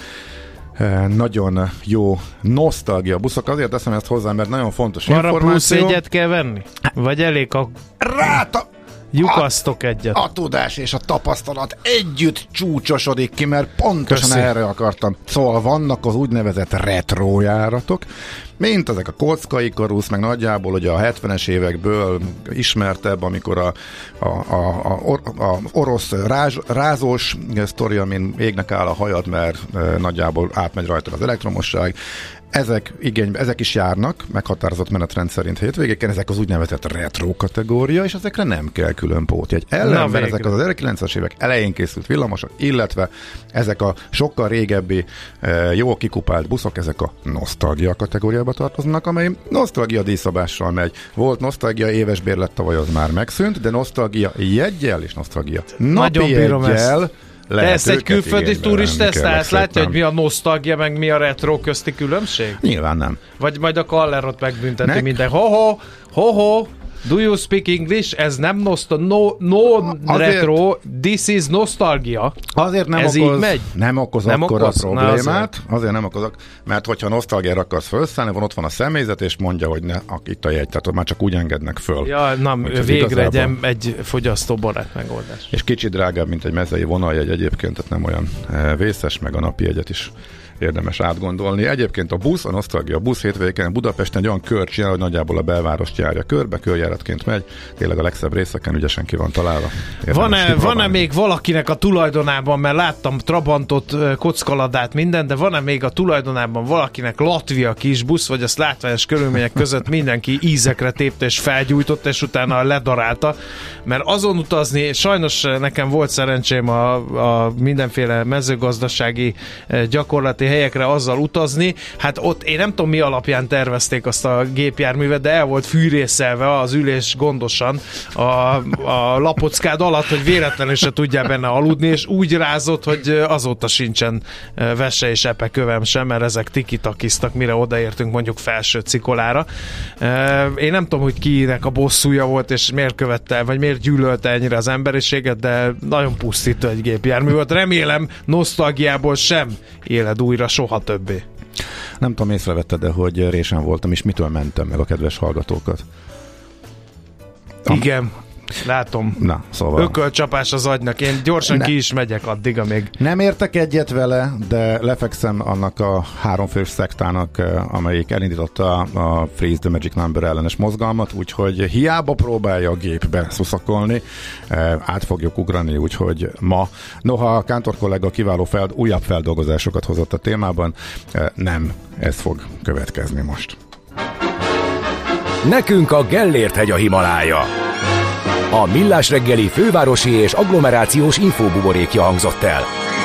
nagyon jó nosztalgia buszok. Azért teszem ezt hozzá, mert nagyon fontos Arra információ. Arra plusz egyet kell venni? Vagy elég a... Ráta! Lyukasztok egyet. A tudás és a tapasztalat együtt csúcsosodik ki, mert pontosan Köszi. erre akartam. Szóval vannak az úgynevezett retro járatok, mint ezek a kockai karusz, meg nagyjából ugye a hetvenes évekből ismertebb, amikor a, a, a, a, a orosz ráz, rázós sztori, amin égnek áll a hajad, mert e, nagyjából átmegy rajta az elektromosság. Ezek, igény, ezek is járnak, meghatározott menetrend szerint hétvégéken, ezek az úgynevezett retro kategória, és ezekre nem kell külön pótjegy. Ellenben ezek az ezerkilencszázas évek elején készült villamosok, illetve ezek a sokkal régebbi, jó kikupált buszok, ezek a nosztalgia kategóriába tartoznak, amely nosztalgia díjszabással megy. Volt nosztalgia éves bérlet, tavaly az már megszűnt, de nosztalgia jeggyel és nosztalgia napi jeggyel. De ezt egy külföldi turista ezt át látja, hogy mi a nosztalgia, meg mi a retro közti különbség? Nyilván nem. Vagy majd a Kallerot megbünteti Nek? minden. Ho-ho, ho-ho, do you speak English? Ez nem nostalgia, no, no azért, retro, this is nostalgia. Azért nem Ez okoz, így megy? nem okoz nem akkor okoz? a problémát. Azért. azért nem okozok, mert hogyha nosztalgiára akarsz felszállni, van ott van a személyzet, és mondja, hogy ne, itt a jegy, tehát már csak úgy engednek föl. Ja, nem, végre egy, egy fogyasztóbarát megoldás. És kicsit drágább, mint egy mezei vonaljegy egyébként, tehát nem olyan vészes, meg a napi jegyet is érdemes átgondolni. Egyébként a busz, a nosztalgia a busz hétvégén Budapesten egy olyan kör csinál, hogy nagyjából a belvárost járja körbe, körjáratként megy, tényleg a legszebb részeken ügyesen ki van találva. Van-e, van-e még valakinek a tulajdonában, mert láttam Trabantot, kockaladát, minden, de van-e még a tulajdonában valakinek Latvia kis busz, vagy azt látványos körülmények között mindenki ízekre tépte és felgyújtott, és utána ledarálta, mert azon utazni, sajnos nekem volt szerencsém a, a mindenféle mezőgazdasági gyakorlati helyekre azzal utazni, hát ott én nem tudom mi alapján tervezték azt a gépjárművet, de el volt fűrészelve az ülés gondosan a, a lapockád alatt, hogy véletlenül se tudjál benne aludni, és úgy rázott, hogy azóta sincsen vese és epekövem sem, mert ezek tikitakiztak, mire odaértünk mondjuk Felső Cikolára. Én nem tudom, hogy kinek a bosszúja volt, és miért követte, vagy miért gyűlölte ennyire az emberiséget, de nagyon pusztító egy gépjármű volt. Remélem, nosztalgiából sem éled újra soha többé. Nem tudom, észrevetted, de hogy résen voltam, és mitől mentem meg a kedves hallgatókat? Igen. Látom. Na, szóval. Ökölcsapás az agynak. Én gyorsan ne. ki is megyek addig, amíg. Nem értek egyet vele, de lefekszem annak a háromfős szektának, amelyik elindította a Freeze the Magic Number ellenes mozgalmat, úgyhogy hiába próbálja a gépbe szuszakolni, át fogjuk ugrani, úgyhogy ma, noha a Kántor kollega kiváló feld, újabb feldolgozásokat hozott a témában, nem ez fog következni most. Nekünk a Gellért-hegy a Himalája. A Millás reggeli fővárosi és agglomerációs infóbuborékja hangzott el.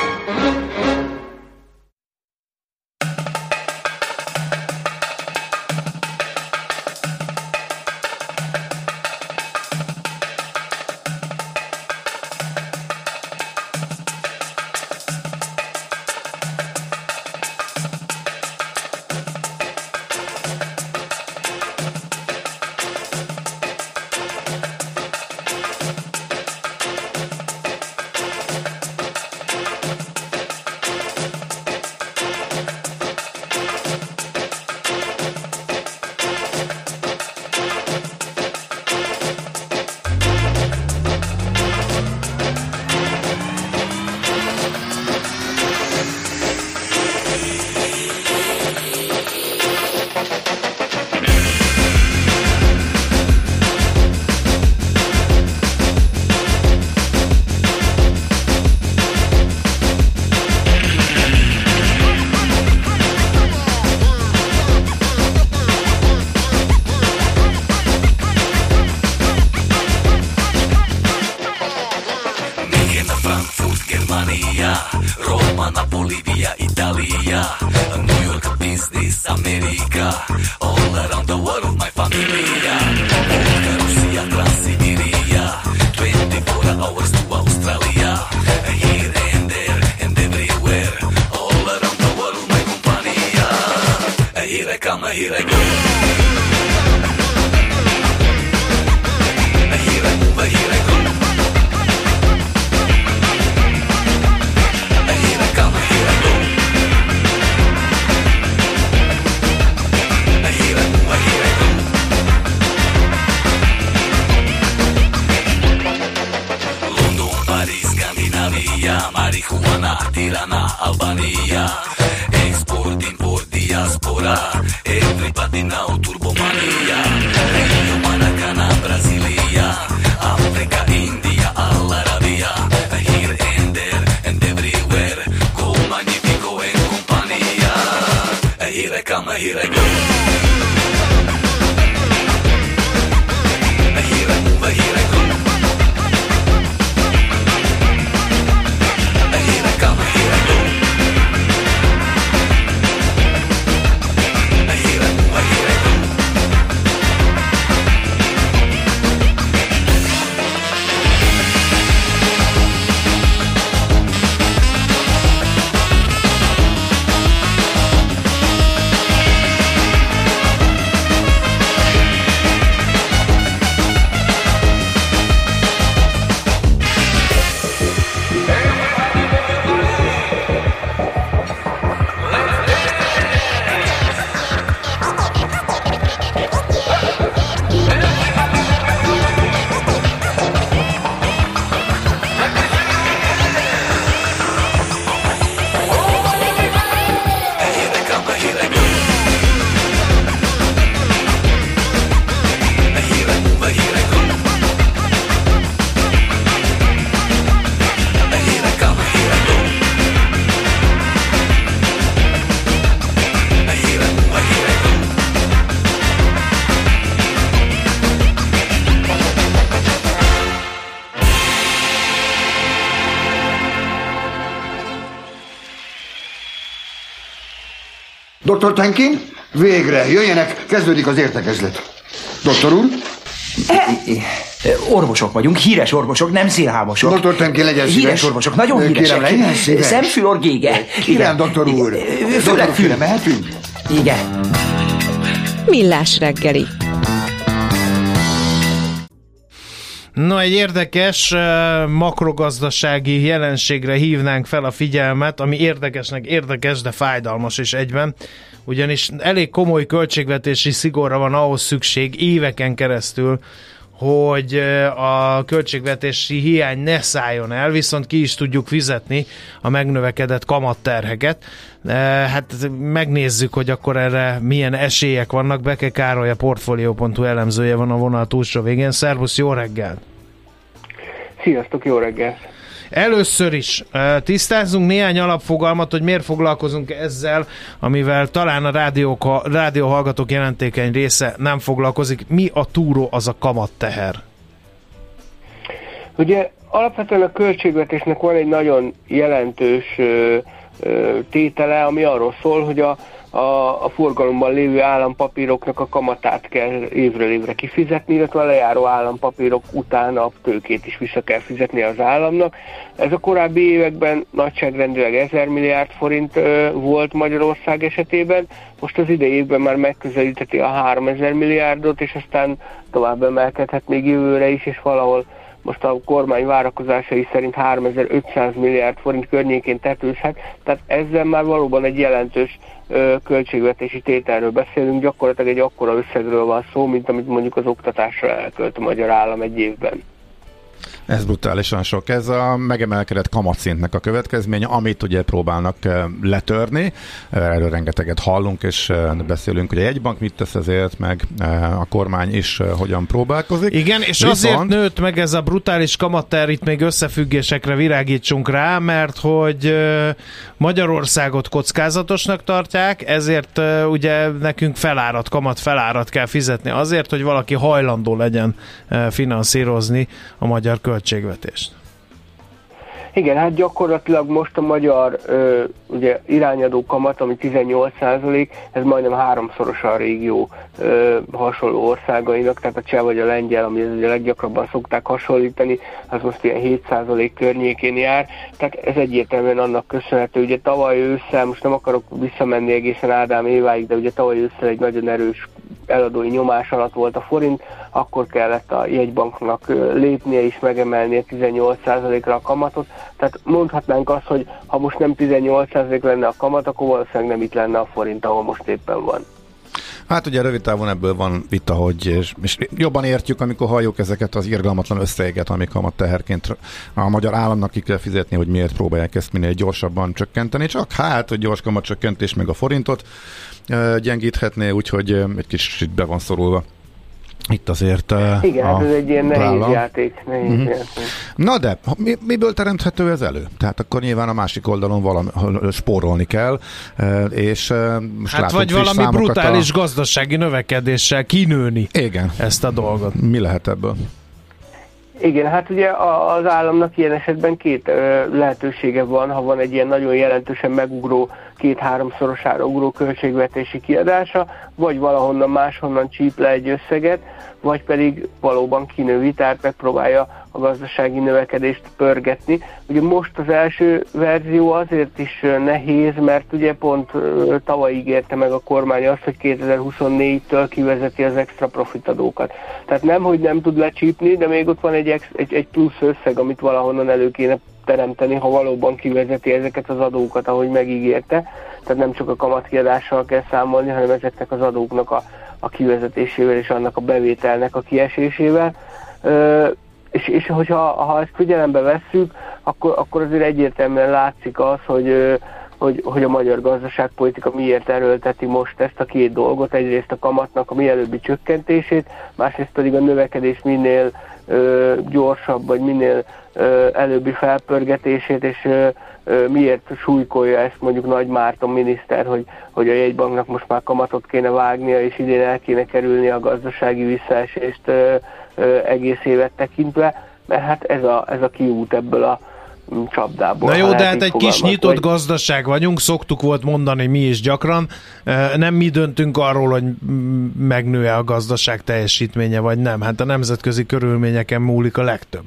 doktor Tenkin, végre, jöjjenek, kezdődik az értekezlet. Doktor úr? Orvosok vagyunk, híres orvosok, nem szélhámosok. doktor Tenkin, legyen szíves. Híres orvosok, nagyon híresek. Kérem, legyen szíves. Szemfülor gége. Kérem, doktor úr. Főleg fülre mehetünk? Igen. Millás reggeli. No, egy érdekes uh, makrogazdasági jelenségre hívnánk fel a figyelmet, ami érdekesnek érdekes, de fájdalmas is egyben, ugyanis elég komoly költségvetési szigorra van ahhoz szükség éveken keresztül, hogy a költségvetési hiány ne szálljon el, viszont ki is tudjuk fizetni a megnövekedett kamatterheket. Hát megnézzük, hogy akkor erre milyen esélyek vannak. Beke Károly, a Portfolio pont hu elemzője van a vonal túlsó végén. Szervusz, jó reggel! Sziasztok, jó reggel! Először is tisztázzunk néhány alapfogalmat, hogy miért foglalkozunk ezzel, amivel talán a rádió, rádió hallgatók jelentékeny része nem foglalkozik. Mi a túró, az a kamatteher? Ugye alapvetően a költségvetésnek van egy nagyon jelentős ö, ö, tétele, ami arról szól, hogy a A, a forgalomban lévő állampapíroknak a kamatát kell évről évre kifizetni, illetve a lejáró állampapírok után a tőkét is vissza kell fizetni az államnak. Ez a korábbi években nagyságrendileg ezer milliárd forint ö, volt Magyarország esetében, most az idei évben már megközelítheti a háromezer milliárdot, és aztán tovább emelkedhet még jövőre is, és valahol most a kormány várakozásai szerint háromezer-ötszáz milliárd forint környékén tetőzhet, tehát ezzel már valóban egy jelentős ö, költségvetési tételről beszélünk, gyakorlatilag egy akkora összegről van szó, mint amit mondjuk az oktatásra elkölt a magyar állam egy évben. Ez brutálisan sok. Ez a megemelkedett kamatszintnek a következménye, amit ugye próbálnak letörni. Erről rengeteget hallunk, és beszélünk, hogy a jegybank mit tesz ezért, meg a kormány is hogyan próbálkozik. Igen, és Viszont... azért nőtt meg ez a brutális kamatterh, itt még összefüggésekre virágítsunk rá, mert hogy Magyarországot kockázatosnak tartják, ezért ugye nekünk felárat, kamat felárat kell fizetni azért, hogy valaki hajlandó legyen finanszírozni a magyar költségvetést. Igen, hát gyakorlatilag most a magyar ö, ugye, irányadó kamat, ami tizennyolc százalék, ez majdnem háromszorosa a régió ö, hasonló országainak, tehát a cseh vagy a lengyel, ami ugye leggyakrabban szokták hasonlítani, az most ilyen hét százalék környékén jár, tehát ez egyértelműen annak köszönhető. Ugye tavaly ősszel, most nem akarok visszamenni egészen Ádám Éváig, de ugye tavaly ősszel egy nagyon erős eladói nyomás alatt volt a forint, akkor kellett a jegybanknak lépnie és megemelnie tizennyolc százalékra a kamatot. Tehát mondhatnánk azt, hogy ha most nem tizennyolc százalék lenne a kamat, akkor valószínűleg nem itt lenne a forint, ahol most éppen van. Hát ugye rövid távon ebből van vita, hogy és, és jobban értjük, amikor halljuk ezeket az irgalmatlan összegeket, amik kamatteherként a magyar államnak ki kell fizetni, hogy miért próbálják ezt minél gyorsabban csökkenteni. Csak hát, hogy gyors kamatcsökkentés meg a forintot uh, gyengíthetné, úgyhogy uh, egy kicsit be van szorulva. Itt azért igen, hát ez egy ilyen nehéz játék. Nehéz uh-huh. játék. Na de, mi, miből teremthető ez elő? Tehát akkor nyilván a másik oldalon valami spórolni kell, és most hát vagy valami brutális a... gazdasági növekedéssel kinőni Igen. ezt a dolgot. Mi lehet ebből? Igen, hát ugye az államnak ilyen esetben két lehetősége van, ha van egy ilyen nagyon jelentősen megugró, két-háromszorosára ugró költségvetési kiadása, vagy valahonnan máshonnan csíp le egy összeget, vagy pedig valóban kinövi, tehát megpróbálja a gazdasági növekedést pörgetni. Ugye most az első verzió azért is nehéz, mert ugye pont tavaly ígérte meg a kormány azt, hogy kétezer-huszonnégytől kivezeti az extra profitadókat. Tehát nem, hogy nem tud lecsípni, de még ott van egy, ex, egy, egy plusz összeg, amit valahonnan elő kéne teremteni, ha valóban kivezeti ezeket az adókat, ahogy megígérte. Tehát nem csak a kamatkiadással kell számolni, hanem ezeknek az adóknak a, a kivezetésével és annak a bevételnek a kiesésével. Ö, és, és hogyha ha ezt figyelembe vesszük, akkor, akkor azért egyértelműen látszik az, hogy, hogy, hogy a magyar gazdaságpolitika miért erőlteti most ezt a két dolgot. Egyrészt a kamatnak a mielőbbi csökkentését, másrészt pedig a növekedés minél ö, gyorsabb, vagy minél ö, előbbi felpörgetését, és ö, ö, miért súlykolja ezt mondjuk Nagy Márton miniszter, hogy, hogy a jegybanknak most már kamatot kéne vágnia, és idén el kéne kerülni a gazdasági visszaesést ö, ö, egész évet tekintve, mert hát ez a, ez a kiút ebből a csapdából. Na jó, de hát egy kis nyitott vagy... gazdaság vagyunk, szoktuk volt mondani mi is gyakran, nem mi döntünk arról, hogy megnő-e a gazdaság teljesítménye, vagy nem. Hát a nemzetközi körülményeken múlik a legtöbb.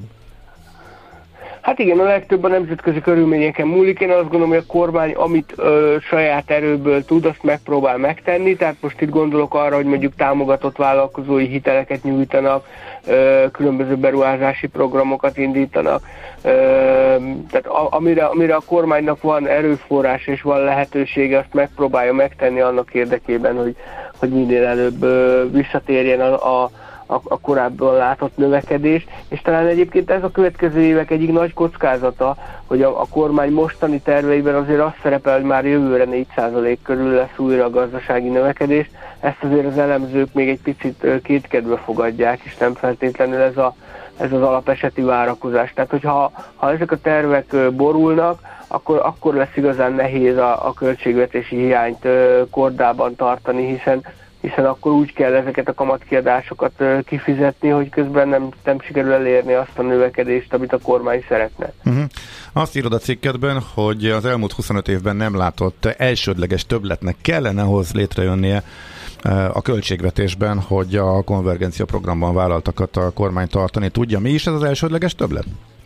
Hát igen, a legtöbb a nemzetközi körülményeken múlik. Én azt gondolom, hogy a kormány, amit ö, saját erőből tud, azt megpróbál megtenni. Tehát most itt gondolok arra, hogy mondjuk támogatott vállalkozói hiteleket nyújtanak, ö, különböző beruházási programokat indítanak. Ö, tehát a, amire, amire a kormánynak van erőforrás és van lehetősége, azt megpróbálja megtenni annak érdekében, hogy, hogy minél előbb ö, visszatérjen a, a a, a korábban látott növekedést, és talán egyébként ez a következő évek egyik nagy kockázata, hogy a, a kormány mostani terveiben azért azt szerepel, hogy már jövőre négy százalék körül lesz újra a gazdasági növekedés. Ezt azért az elemzők még egy picit kétkedve fogadják, és nem feltétlenül ez, a, ez az alapeseti várakozás. Tehát, hogyha ha ezek a tervek borulnak, akkor, akkor lesz igazán nehéz a, a költségvetési hiányt kordában tartani, hiszen hiszen akkor úgy kell ezeket a kamatkiadásokat kifizetni, hogy közben nem, nem sikerül elérni azt a növekedést, amit a kormány szeretne. Uh-huh. Azt írod a cikkedben, hogy az elmúlt huszonöt évben nem látott elsődleges többletnek kellene ahhoz létrejönnie a költségvetésben, hogy a konvergencia programban vállaltakat a kormány tartani tudja. Mi is ez az elsődleges többlet?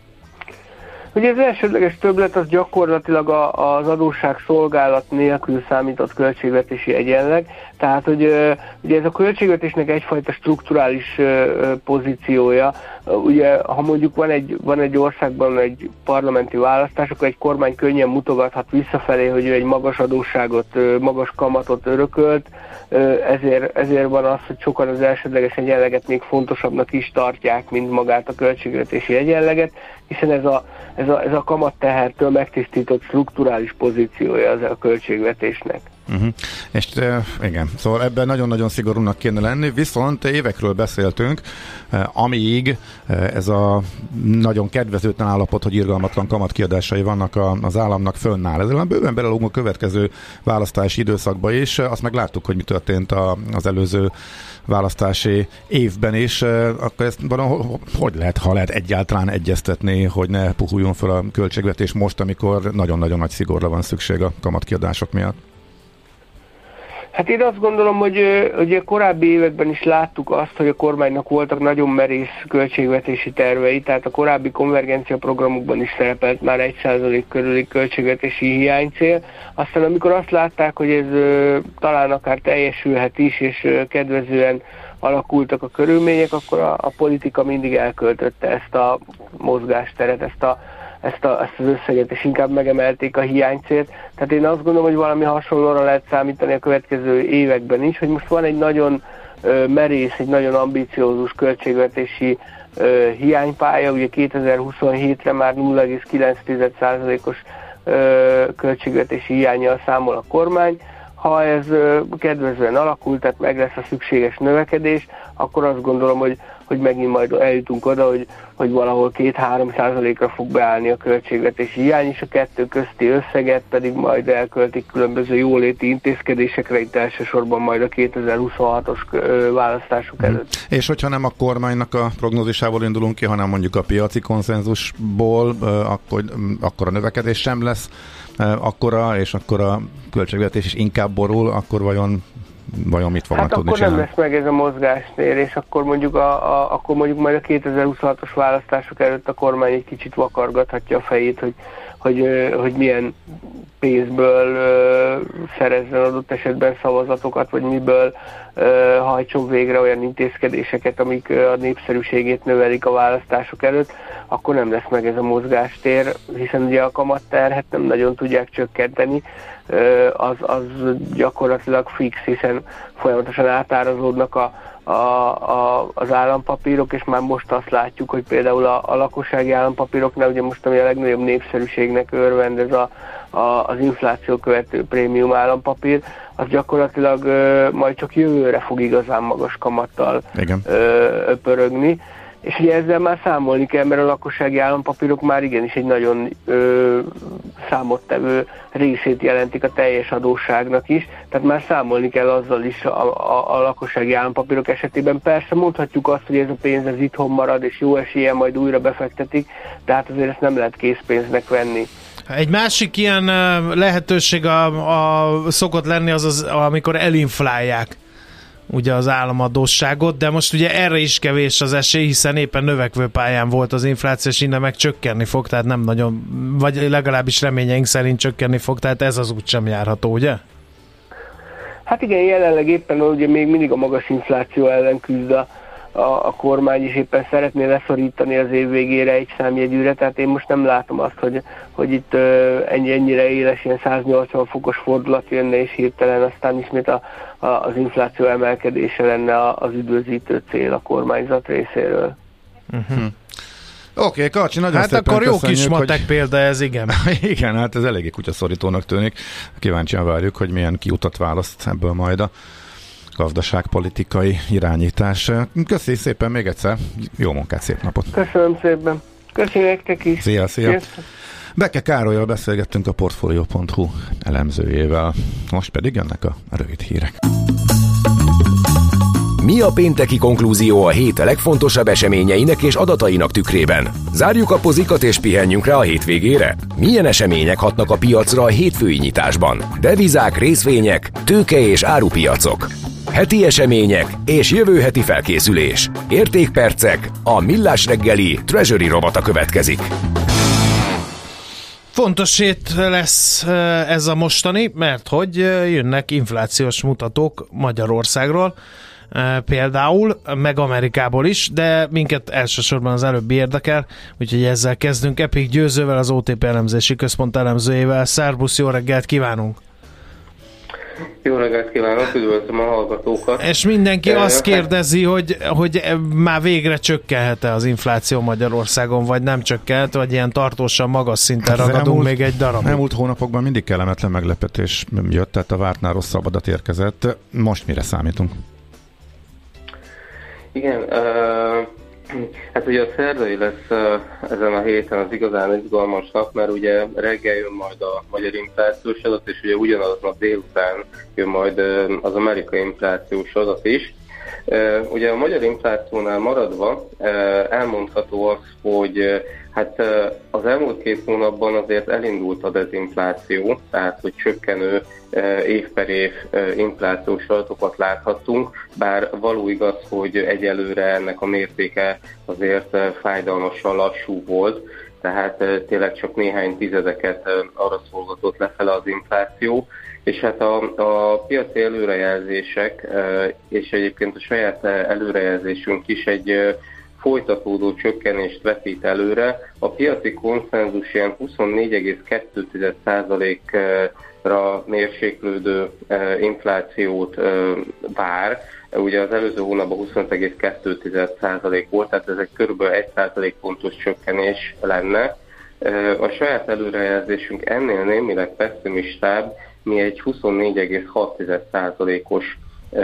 Ugye az elsődleges többlet az gyakorlatilag a, az adósság szolgálat nélkül számított költségvetési egyenleg, tehát hogy ugye ez a költségvetésnek egyfajta strukturális pozíciója. Ugye ha mondjuk van egy, van egy országban egy parlamenti választás, akkor egy kormány könnyen mutogathat visszafelé, hogy ő egy magas adósságot, magas kamatot örökölt, ezért, ezért van az, hogy sokan az elsődleges egyenleget még fontosabbnak is tartják, mint magát a költségvetési egyenleget, hiszen ez a, ez a, ez a kamattehertől megtisztított strukturális pozíciója az a költségvetésnek. Uh-huh. És uh, igen, szóval ebben nagyon-nagyon szigorúnak kéne lenni, viszont évekről beszéltünk, uh, amíg uh, ez a nagyon kedvezőtlen állapot, hogy irgalmatlan kamatkiadásai vannak a, az államnak, fönnáll. Ezzel bőven belelógunk a következő választási időszakba is, azt meg láttuk, hogy mi történt a, az előző választási évben is, uh, akkor ezt valahol, hogy lehet, ha lehet egyáltalán egyeztetni, hogy ne puhuljon fel a költségvetés most, amikor nagyon-nagyon nagy szigorra van szükség a kamatkiadások miatt? Hát én azt gondolom, hogy, hogy a korábbi években is láttuk azt, hogy a kormánynak voltak nagyon merész költségvetési tervei, tehát a korábbi konvergencia programokban is szerepelt már egy százalék körüli költségvetési hiánycél. Aztán amikor azt látták, hogy ez talán akár teljesülhet is, és kedvezően alakultak a körülmények, akkor a, a politika mindig elköltötte ezt a mozgásteret, ezt a Ezt, a, ezt az összeget, és inkább megemelték a hiánycélt. Tehát én azt gondolom, hogy valami hasonlóra lehet számítani a következő években is, hogy most van egy nagyon ö, merész, egy nagyon ambiciózus költségvetési ö, hiánypálya, ugye kétezer-huszonhétre már nulla egész kilenc százalékos ö, költségvetési hiánnyal számol a kormány. Ha ez ö, kedvezően alakul, tehát meg lesz a szükséges növekedés, akkor azt gondolom, hogy hogy megint majd eljutunk oda, hogy, hogy valahol két-három százalékra fog beállni a költségvetési hiány, és a kettő közti összeget pedig majd elköltik különböző jóléti intézkedésekre, itt elsősorban majd a kétezer-huszonhatos választások előtt. És hogyha nem a kormánynak a prognózisából indulunk ki, hanem mondjuk a piaci konszenzusból, akkor, akkor a növekedés sem lesz akkora, és akkor a költségvetés is inkább borul, akkor vajon vajon mit fognak hát tudni akkor csinálni? Nem lesz meg ez a mozgástér, és akkor mondjuk, a, a, akkor mondjuk majd a kétezer-huszonhatos választások előtt a kormány egy kicsit vakargathatja a fejét, hogy, hogy, hogy milyen pénzből uh, szerezzen adott esetben szavazatokat, vagy miből uh, hajtson végre olyan intézkedéseket, amik uh, a népszerűségét növelik a választások előtt, akkor nem lesz meg ez a mozgástér, hiszen ugye a kamatterhet nem nagyon tudják csökkenteni, uh, az, az gyakorlatilag fix, hiszen folyamatosan átárazódnak a A, a, az állampapírok, és már most azt látjuk, hogy például a, a lakossági állampapíroknál, ugye most ami a legnagyobb népszerűségnek örvend, ez a, a, az infláció követő prémium állampapír, az gyakorlatilag ö, majd csak jövőre fog igazán magas kamattal ö, pörögni. És ugye ezzel már számolni kell, mert a lakossági állampapírok már igenis egy nagyon ö, számottevő részét jelentik a teljes adósságnak is, tehát már számolni kell azzal is a, a, a lakossági állampapírok esetében. Persze mondhatjuk azt, hogy ez a pénz ez itthon marad, és jó eséllyel majd újra befektetik, de hát azért ezt nem lehet készpénznek venni. Egy másik ilyen lehetőség a, a, szokott lenni az, az, amikor elinflálják ugye az államadósságot, de most ugye erre is kevés az esély, hiszen éppen növekvő pályán volt az infláció, és innen meg csökkenni fog, tehát nem nagyon, vagy legalábbis reményeink szerint csökkenni fog, tehát ez az út sem járható, ugye? Hát igen, jelenleg éppen ugye még mindig a magas infláció ellen küzd a, a, a kormány is éppen szeretné leszorítani az év végére egy számjegyűre, tehát én most nem látom azt, hogy, hogy itt ennyi, ennyire éles ilyen száznyolcvan fokos fordulat jönne, és hirtelen aztán ismét a, a, az infláció emelkedése lenne az üdvözítő cél a kormányzat részéről. Uh-huh. Oké, okay, Karcsi, nagyon hát szépen akkor jó köszönjük, kis matek hogy... példa ez, igen. Igen, hát ez eléggé kutyaszorítónak tűnik. Kíváncsian várjuk, hogy milyen kiutat választ ebből majd a gazdaságpolitikai irányítás. Köszönjük szépen még egyszer, jó munkát, szép napot! Köszönöm szépen! Köszönjük nektek is! Szia, szia! Sziasztok. Beke Károlyal beszélgettünk, a Portfolio pont hu elemzőjével. Most pedig jönnek a rövid hírek. Mi a pénteki konklúzió a hét legfontosabb eseményeinek és adatainak tükrében? Zárjuk a pozikat és pihenjünk rá a hétvégére? Milyen események hatnak a piacra a hétfői nyitásban? Devizák, részvények, tőke és árupiacok. Heti események és jövő heti felkészülés. Értékpercek, a Millás reggeli Treasury rovata következik. Fontos hét lesz ez a mostani, mert hogy jönnek inflációs mutatók Magyarországról, például, meg Amerikából is, de minket elsősorban az előbbi érdekel, úgyhogy ezzel kezdünk. Epik Győzővel, az o té pé elemzési központ elemzőjével. Szerbusz, jó reggelt kívánunk! Jó reggelt kívánok, üdvözlöm a hallgatókat! És mindenki e, azt kérdezi, hogy, hogy már végre csökkenhet-e az infláció Magyarországon, vagy nem csökkent, vagy ilyen tartósan magas szinten hát ragadunk elmúlt, még egy darabig. Elmúlt hónapokban mindig kellemetlen meglepetés jött, tehát a vártnál rosszabb adat érkezett. Most mire számítunk? Igen, uh, hát ugye a szerdai lesz uh, ezen a héten az igazán izgalmas nap, mert ugye reggel jön majd a magyar inflációs adat, és ugye ugyanaz nap délután jön majd uh, az amerikai inflációs adat is. Uh, ugye a magyar inflációnál maradva uh, elmondható az, hogy uh, hát uh, az elmúlt két hónapban azért elindult a dezinfláció, tehát hogy csökkenő uh, év per év uh, inflációs adatokat láthattunk, bár való igaz, hogy egyelőre ennek a mértéke azért uh, fájdalmasan lassú volt, tehát uh, tényleg csak néhány tizedeket uh, arra szolgatott lefele az infláció, és hát a, a piaci előrejelzések uh, és egyébként a saját előrejelzésünk is egy uh, folytatódó csökkenést vetít előre. A piaci konszenzus ilyen huszonnégy egész kettő százalékra mérséklődő inflációt vár. Ugye az előző hónapban huszonöt egész kettő százalék volt, tehát ez egy kb. egy százalékpontos csökkenés lenne. A saját előrejelzésünk ennél némileg pessimistább, mi egy huszonnégy egész hat százalékos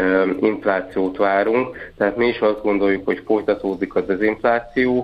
inflációt várunk, tehát mi is azt gondoljuk, hogy folytatódik az dezinfláció,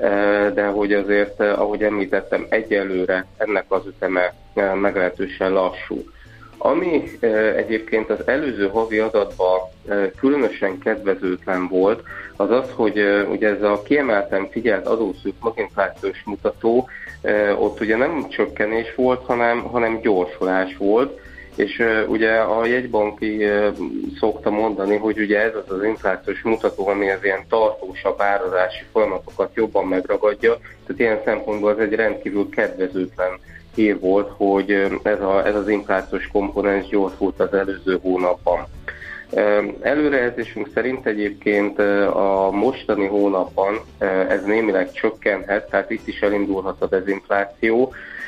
de hogy azért, ahogy említettem, egyelőre ennek az üteme meglehetősen lassú. Ami egyébként az előző havi adatban különösen kedvezőtlen volt, az az, hogy ugye ez a kiemelten figyelt adószűk maginflációs mutató, ott ugye nem csökkenés volt, hanem, hanem gyorsulás volt, és uh, ugye a jegybanki uh, szokta mondani, hogy ugye ez az az inflációs mutató, ami az ilyen tartósabb árazási folyamatokat jobban megragadja, tehát ilyen szempontból ez egy rendkívül kedvezőtlen hír volt, hogy uh, ez, a, ez az inflációs komponens gyorsult az előző hónapban. Uh, előrejelzésünk szerint egyébként uh, a mostani hónapban uh, ez némileg csökkenhet, tehát itt is elindulhat a dezinfláció,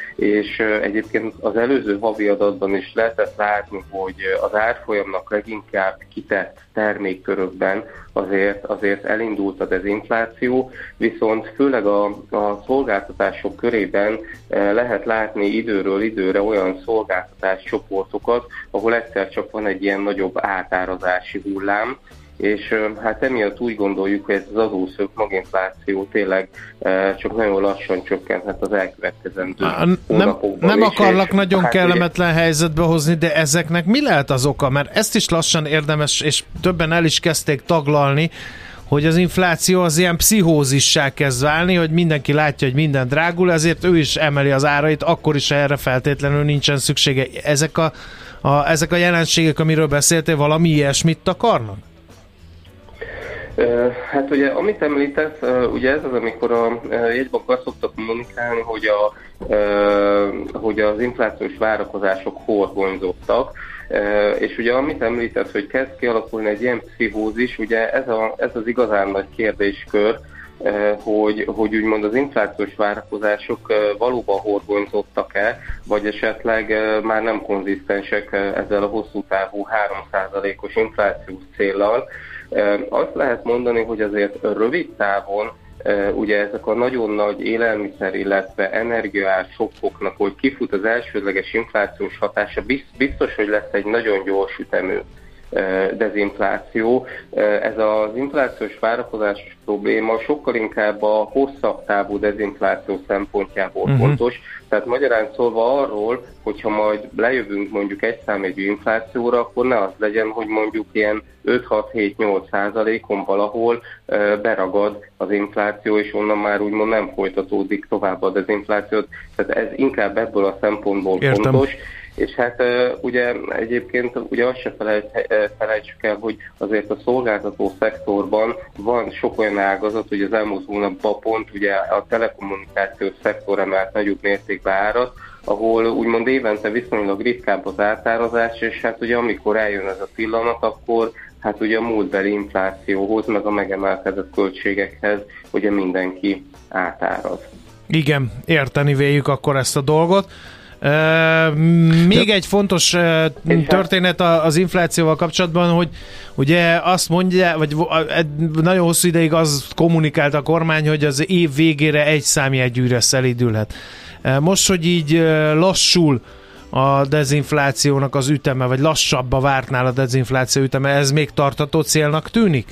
és egyébként az előző havi adatban is lehetett látni, hogy az árfolyamnak leginkább kitett termékkörökben azért, azért elindult a dezinfláció, viszont főleg a, a szolgáltatások körében lehet látni időről időre olyan szolgáltatáscsoportokat, ahol egyszer csak van egy ilyen nagyobb átárazási hullám, és hát emiatt úgy gondoljuk, hogy ez az adószők maginfláció tényleg csak nagyon lassan csökkenhet az elkövetkezendő hónapokban. Nem, nem akarlak és, nagyon hát kellemetlen ugye... helyzetbe hozni, de ezeknek mi lehet az oka? Mert ezt is lassan érdemes, és többen el is kezdték taglalni, hogy az infláció az ilyen pszichózissá kezd válni, hogy mindenki látja, hogy minden drágul, ezért ő is emeli az árait, akkor is erre feltétlenül nincsen szüksége. Ezek a, a, ezek a jelenségek, amiről beszéltél, valami ilyesmit akarnak? Hát ugye, amit említesz, ugye ez az, amikor a jegybank azt szokta kommunikálni, hogy, a, hogy az inflációs várakozások horgonyzottak, és ugye amit említesz, hogy kezd kialakulni egy ilyen pszichózis, ugye ez, a, ez az igazán nagy kérdéskör, hogy, hogy úgymond az inflációs várakozások valóban horgonyzottak-e, vagy esetleg már nem konzisztensek ezzel a hosszú távú három százalékos inflációs céllal. Azt lehet mondani, hogy azért rövid távon ugye ezek a nagyon nagy élelmiszer, illetve energiaár sokkoknak, hogy kifut az elsődleges inflációs hatása, biztos, hogy lesz egy nagyon gyors ütemű dezinfláció. Ez az inflációs várakozásos probléma sokkal inkább a hosszabb távú dezinfláció szempontjából uh-huh. fontos. Tehát magyarán szólva arról, hogyha majd lejövünk mondjuk egy számjegyű inflációra, akkor ne az legyen, hogy mondjuk ilyen öt-hat-hét-nyolc százalékon valahol beragad az infláció, és onnan már úgymond nem folytatódik tovább a dezinfláció. Tehát ez inkább ebből a szempontból Értem. fontos. És hát ugye egyébként ugye azt se felejtsük el, hogy azért a szolgáltató szektorban van sok olyan ágazat, hogy az elmúlt hónapban pont ugye a telekommunikációs szektor emelt nagyobb mértékben árat, ahol úgymond évente viszonylag ritkább az átárazás, és hát ugye amikor eljön ez a pillanat, akkor hát ugye a múltbeli inflációhoz, meg a megemelkedett költségekhez ugye mindenki átáraz. Igen, érteni véljük akkor ezt a dolgot. Uh, még egy fontos uh, történet az inflációval kapcsolatban, hogy ugye azt mondja, vagy nagyon hosszú ideig az kommunikált a kormány, hogy az év végére egy számjegyűre szelídülhet. Uh, most, hogy így uh, lassul a dezinflációnak az üteme, vagy lassabb a vártnál a dezinfláció üteme, ez még tartható célnak tűnik?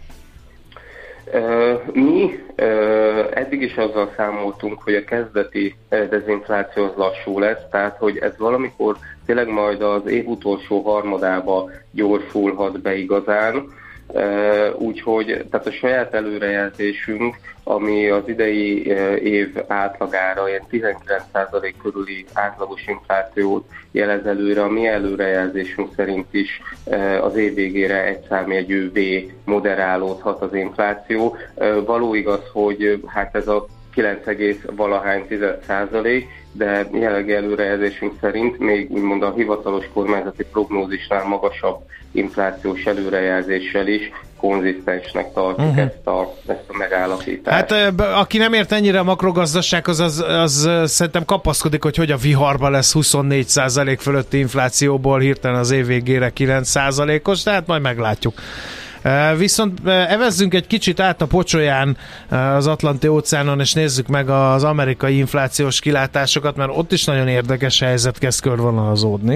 Uh, mi uh, eddig is azzal számoltunk, hogy a kezdeti uh, dezinfláció az lassú lesz, tehát hogy ez valamikor tényleg majd az év utolsó harmadába gyorsulhat be igazán, uh, úgyhogy tehát a saját előrejelzésünk, ami az idei uh, év átlagára ilyen tizenkilenc százalék körüli átlagos inflációt jelez előre, a mi előrejelzésünk szerint is uh, az év végére egy számjegyű V moderálódhat az infláció. Uh, való igaz, hogy hát ez a kilenc egész valahány tized százalék, de jelenlegi előrejelzésünk szerint még úgymond a hivatalos kormányzati prognózisnál magasabb inflációs előrejelzéssel is konzisztensnek tartjuk uh-huh. ezt, a, ezt a megállapítást. Hát aki nem ért ennyire a makrogazdasághoz, az, az szerintem kapaszkodik, hogy hogy a viharban lesz huszonnégy százalék fölötti inflációból hirtelen az év végére kilenc százalékos, tehát majd meglátjuk. Viszont evezzünk egy kicsit át a pocsolyán az Atlanti-óceánon, és nézzük meg az amerikai inflációs kilátásokat, mert ott is nagyon érdekes helyzet kezd körvonalazódni.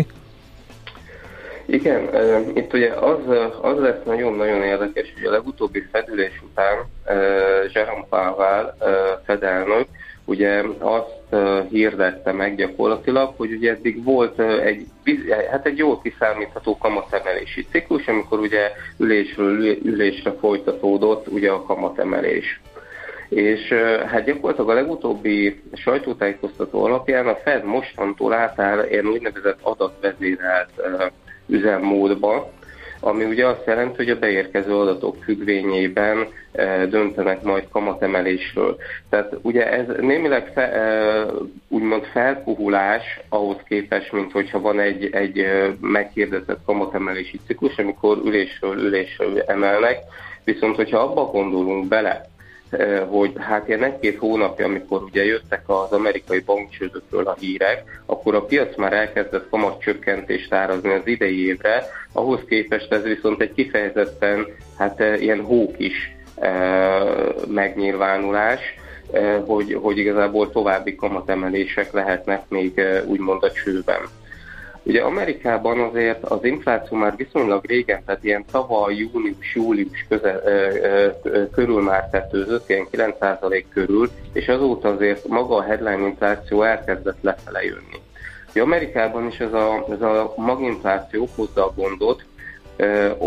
Igen, itt ugye az, az lesz nagyon-nagyon érdekes, hogy a legutóbbi fedülés után Jerome Powell Fed elnök ugye azt hirdette meg gyakorlatilag, hogy ugye eddig volt egy, hát egy jól kiszámítható kamatemelési ciklus, amikor ugye ülésről ülésre folytatódott ugye a kamatemelés. És hát gyakorlatilag a legutóbbi sajtótájékoztató alapján a Fed mostantól átáll ilyen úgynevezett adatvezérelt üzemmódba, ami ugye azt jelenti, hogy a beérkező adatok függvényében e, döntenek majd kamatemelésről. Tehát ugye ez némileg fe, e, úgymond felpuhulás ahhoz képest, mint hogyha van egy, egy meghirdetett kamatemelési ciklus, amikor ülésről ülésről emelnek, viszont hogyha abba gondolunk bele, hogy hát ilyen egy-két hónapja, amikor ugye jöttek az amerikai bankcsődökről a hírek, akkor a piac már elkezdett kamatcsökkentést árazni az idei évre, ahhoz képest ez viszont egy kifejezetten hát ilyen hókis e, megnyilvánulás, e, hogy, hogy igazából további kamatemelések lehetnek még e, úgymond a csőben. Ugye Amerikában azért az infláció már viszonylag régen, tehát ilyen tavaly június-július közel, ö, ö, körül már tetőzött, ilyen kilenc százalék körül, és azóta azért maga a headline infláció elkezdett lefele jönni. Ugye Amerikában is ez a, ez a maginfláció okozza a gondot, ö, ott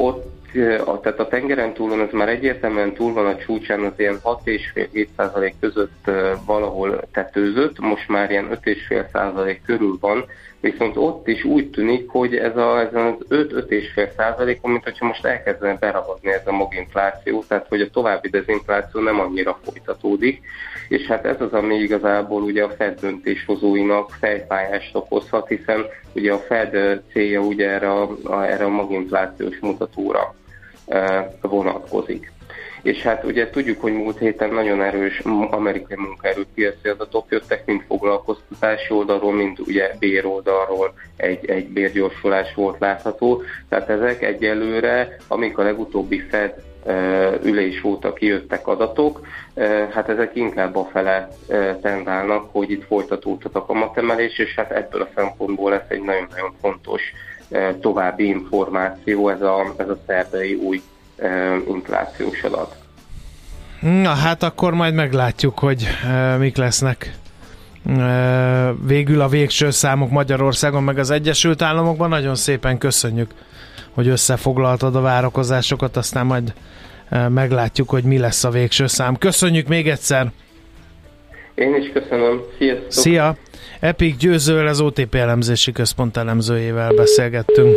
tehát a tengeren túlon ez már egyértelműen túl van a csúcsán, az ilyen hat egész öt-hét százalék között valahol tetőzött, most már ilyen öt egész öt százalék körül van, viszont ott is úgy tűnik, hogy ez, a, ez az öt-öt egész öt százalék, mint hogyha most elkezdene beragadni ez a maginfláció, tehát hogy a további dezinfláció nem annyira folytatódik, és hát ez az, ami igazából ugye a Fed döntéshozóinak fejfájást okozhat, hiszen ugye a Fed célja ugye erre a, a, erre a maginflációs mutatóra e, vonatkozik. És hát ugye tudjuk, hogy múlt héten nagyon erős amerikai munkaerőpiaci adatok jöttek, mind foglalkoztatási oldalról, mind ugye béroldalról egy, egy bérgyorsulás volt látható. Tehát ezek egyelőre, amik a legutóbbi Fed ülés óta kijöttek adatok, hát ezek inkább afele tendálnak, hogy itt folytatódhat a kamatemelés, és hát ebből a szempontból lesz egy nagyon-nagyon fontos további információ ez a, ez a szerdai új inflációs adat. Na hát akkor majd meglátjuk, hogy uh, mik lesznek uh, végül a végső számok Magyarországon, meg az Egyesült Államokban. Nagyon szépen köszönjük, hogy összefoglaltad a várakozásokat, aztán majd uh, meglátjuk, hogy mi lesz a végső szám. Köszönjük még egyszer! Én is köszönöm. Sziasztok! Szia! Epik Győzővel, az o té pé elemzési központ elemzőjével beszélgettünk.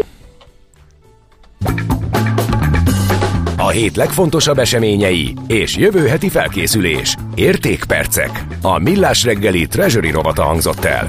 A hét legfontosabb eseményei és jövő heti felkészülés. Értékpercek. A Millás reggeli Treasury rovata hangzott el.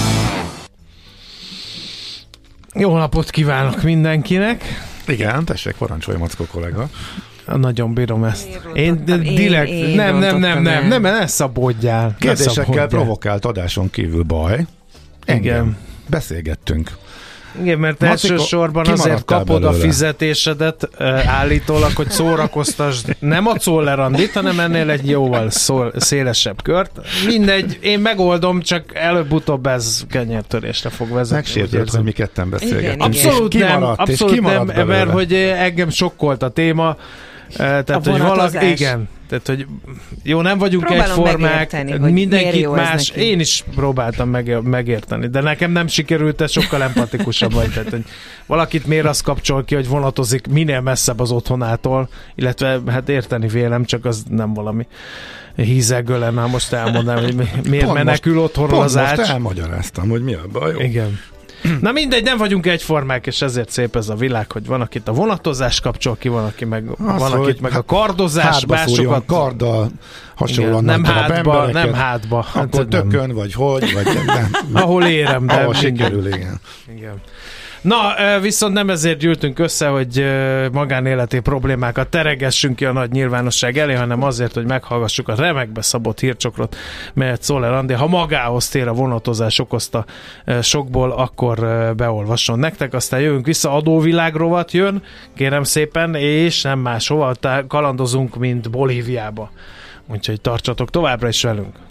Jó napot kívánok mindenkinek! Igen, tessék, parancsolj, Mackó kollega. Nagyon bírom ezt. Én, Én direkt, én, én nem, nem, nem, nem, nem, ne szabódjál. Kérdésekkel provokált adáson kívül baj. Engem. Igen. Beszélgettünk. Igen, mert Macika, elsősorban azért kapod belőle a fizetésedet uh, állítólag, hogy szórakoztasd nem a Czoller Andit, hanem ennél egy jóval szól, szélesebb kört. Mindegy, én megoldom, csak előbb-utóbb ez kenyértörésre fog vezetni. Megsértett, hogy mi ketten beszélgetünk. Abszolút nem, kimaradt, abszolút nem, mert hogy engem sokkolt a téma. Tehát, hogy valaki, igen, tehát, hogy jó, nem vagyunk Próbálom egyformák, mindenkit más, én is próbáltam meg, megérteni, de nekem nem sikerült, ez sokkal empatikusabb vagy, tehát, hogy valakit miért azt kapcsol ki, hogy vonatozik minél messzebb az otthonától, illetve hát érteni vélem, csak az nem valami hízelgő lenne, ha most elmondanám, hogy miért pont menekül most, otthonról az ács. Most elmagyaráztam, hogy mi a baj. Igen. Na mindegy, nem vagyunk egyformák, és ezért szép ez a világ, hogy van, akit a vonatozás kapcsol ki, van, aki meg, Azt, van, akit meg a kardozás, másokat... karddal hasonlóan nem hátba, nem hátba. Akkor tökön, nem. Vagy hogy, vagy nem. Ahol érem, de... Ahol sikerül, igen. igen. Na, viszont nem ezért gyűltünk össze, hogy magánéleti problémákat teregessünk ki a nagy nyilvánosság elé, hanem azért, hogy meghallgassuk a remekbe szabott hírcsokrot, melyet Czoller Andi, ha magához tér a vonatozás okozta sokból, akkor beolvasson nektek, aztán jövünk vissza, adóvilág rovat jön, kérem szépen, és nem máshova, kalandozunk, mint Bolíviába. Úgyhogy tartsatok továbbra is velünk.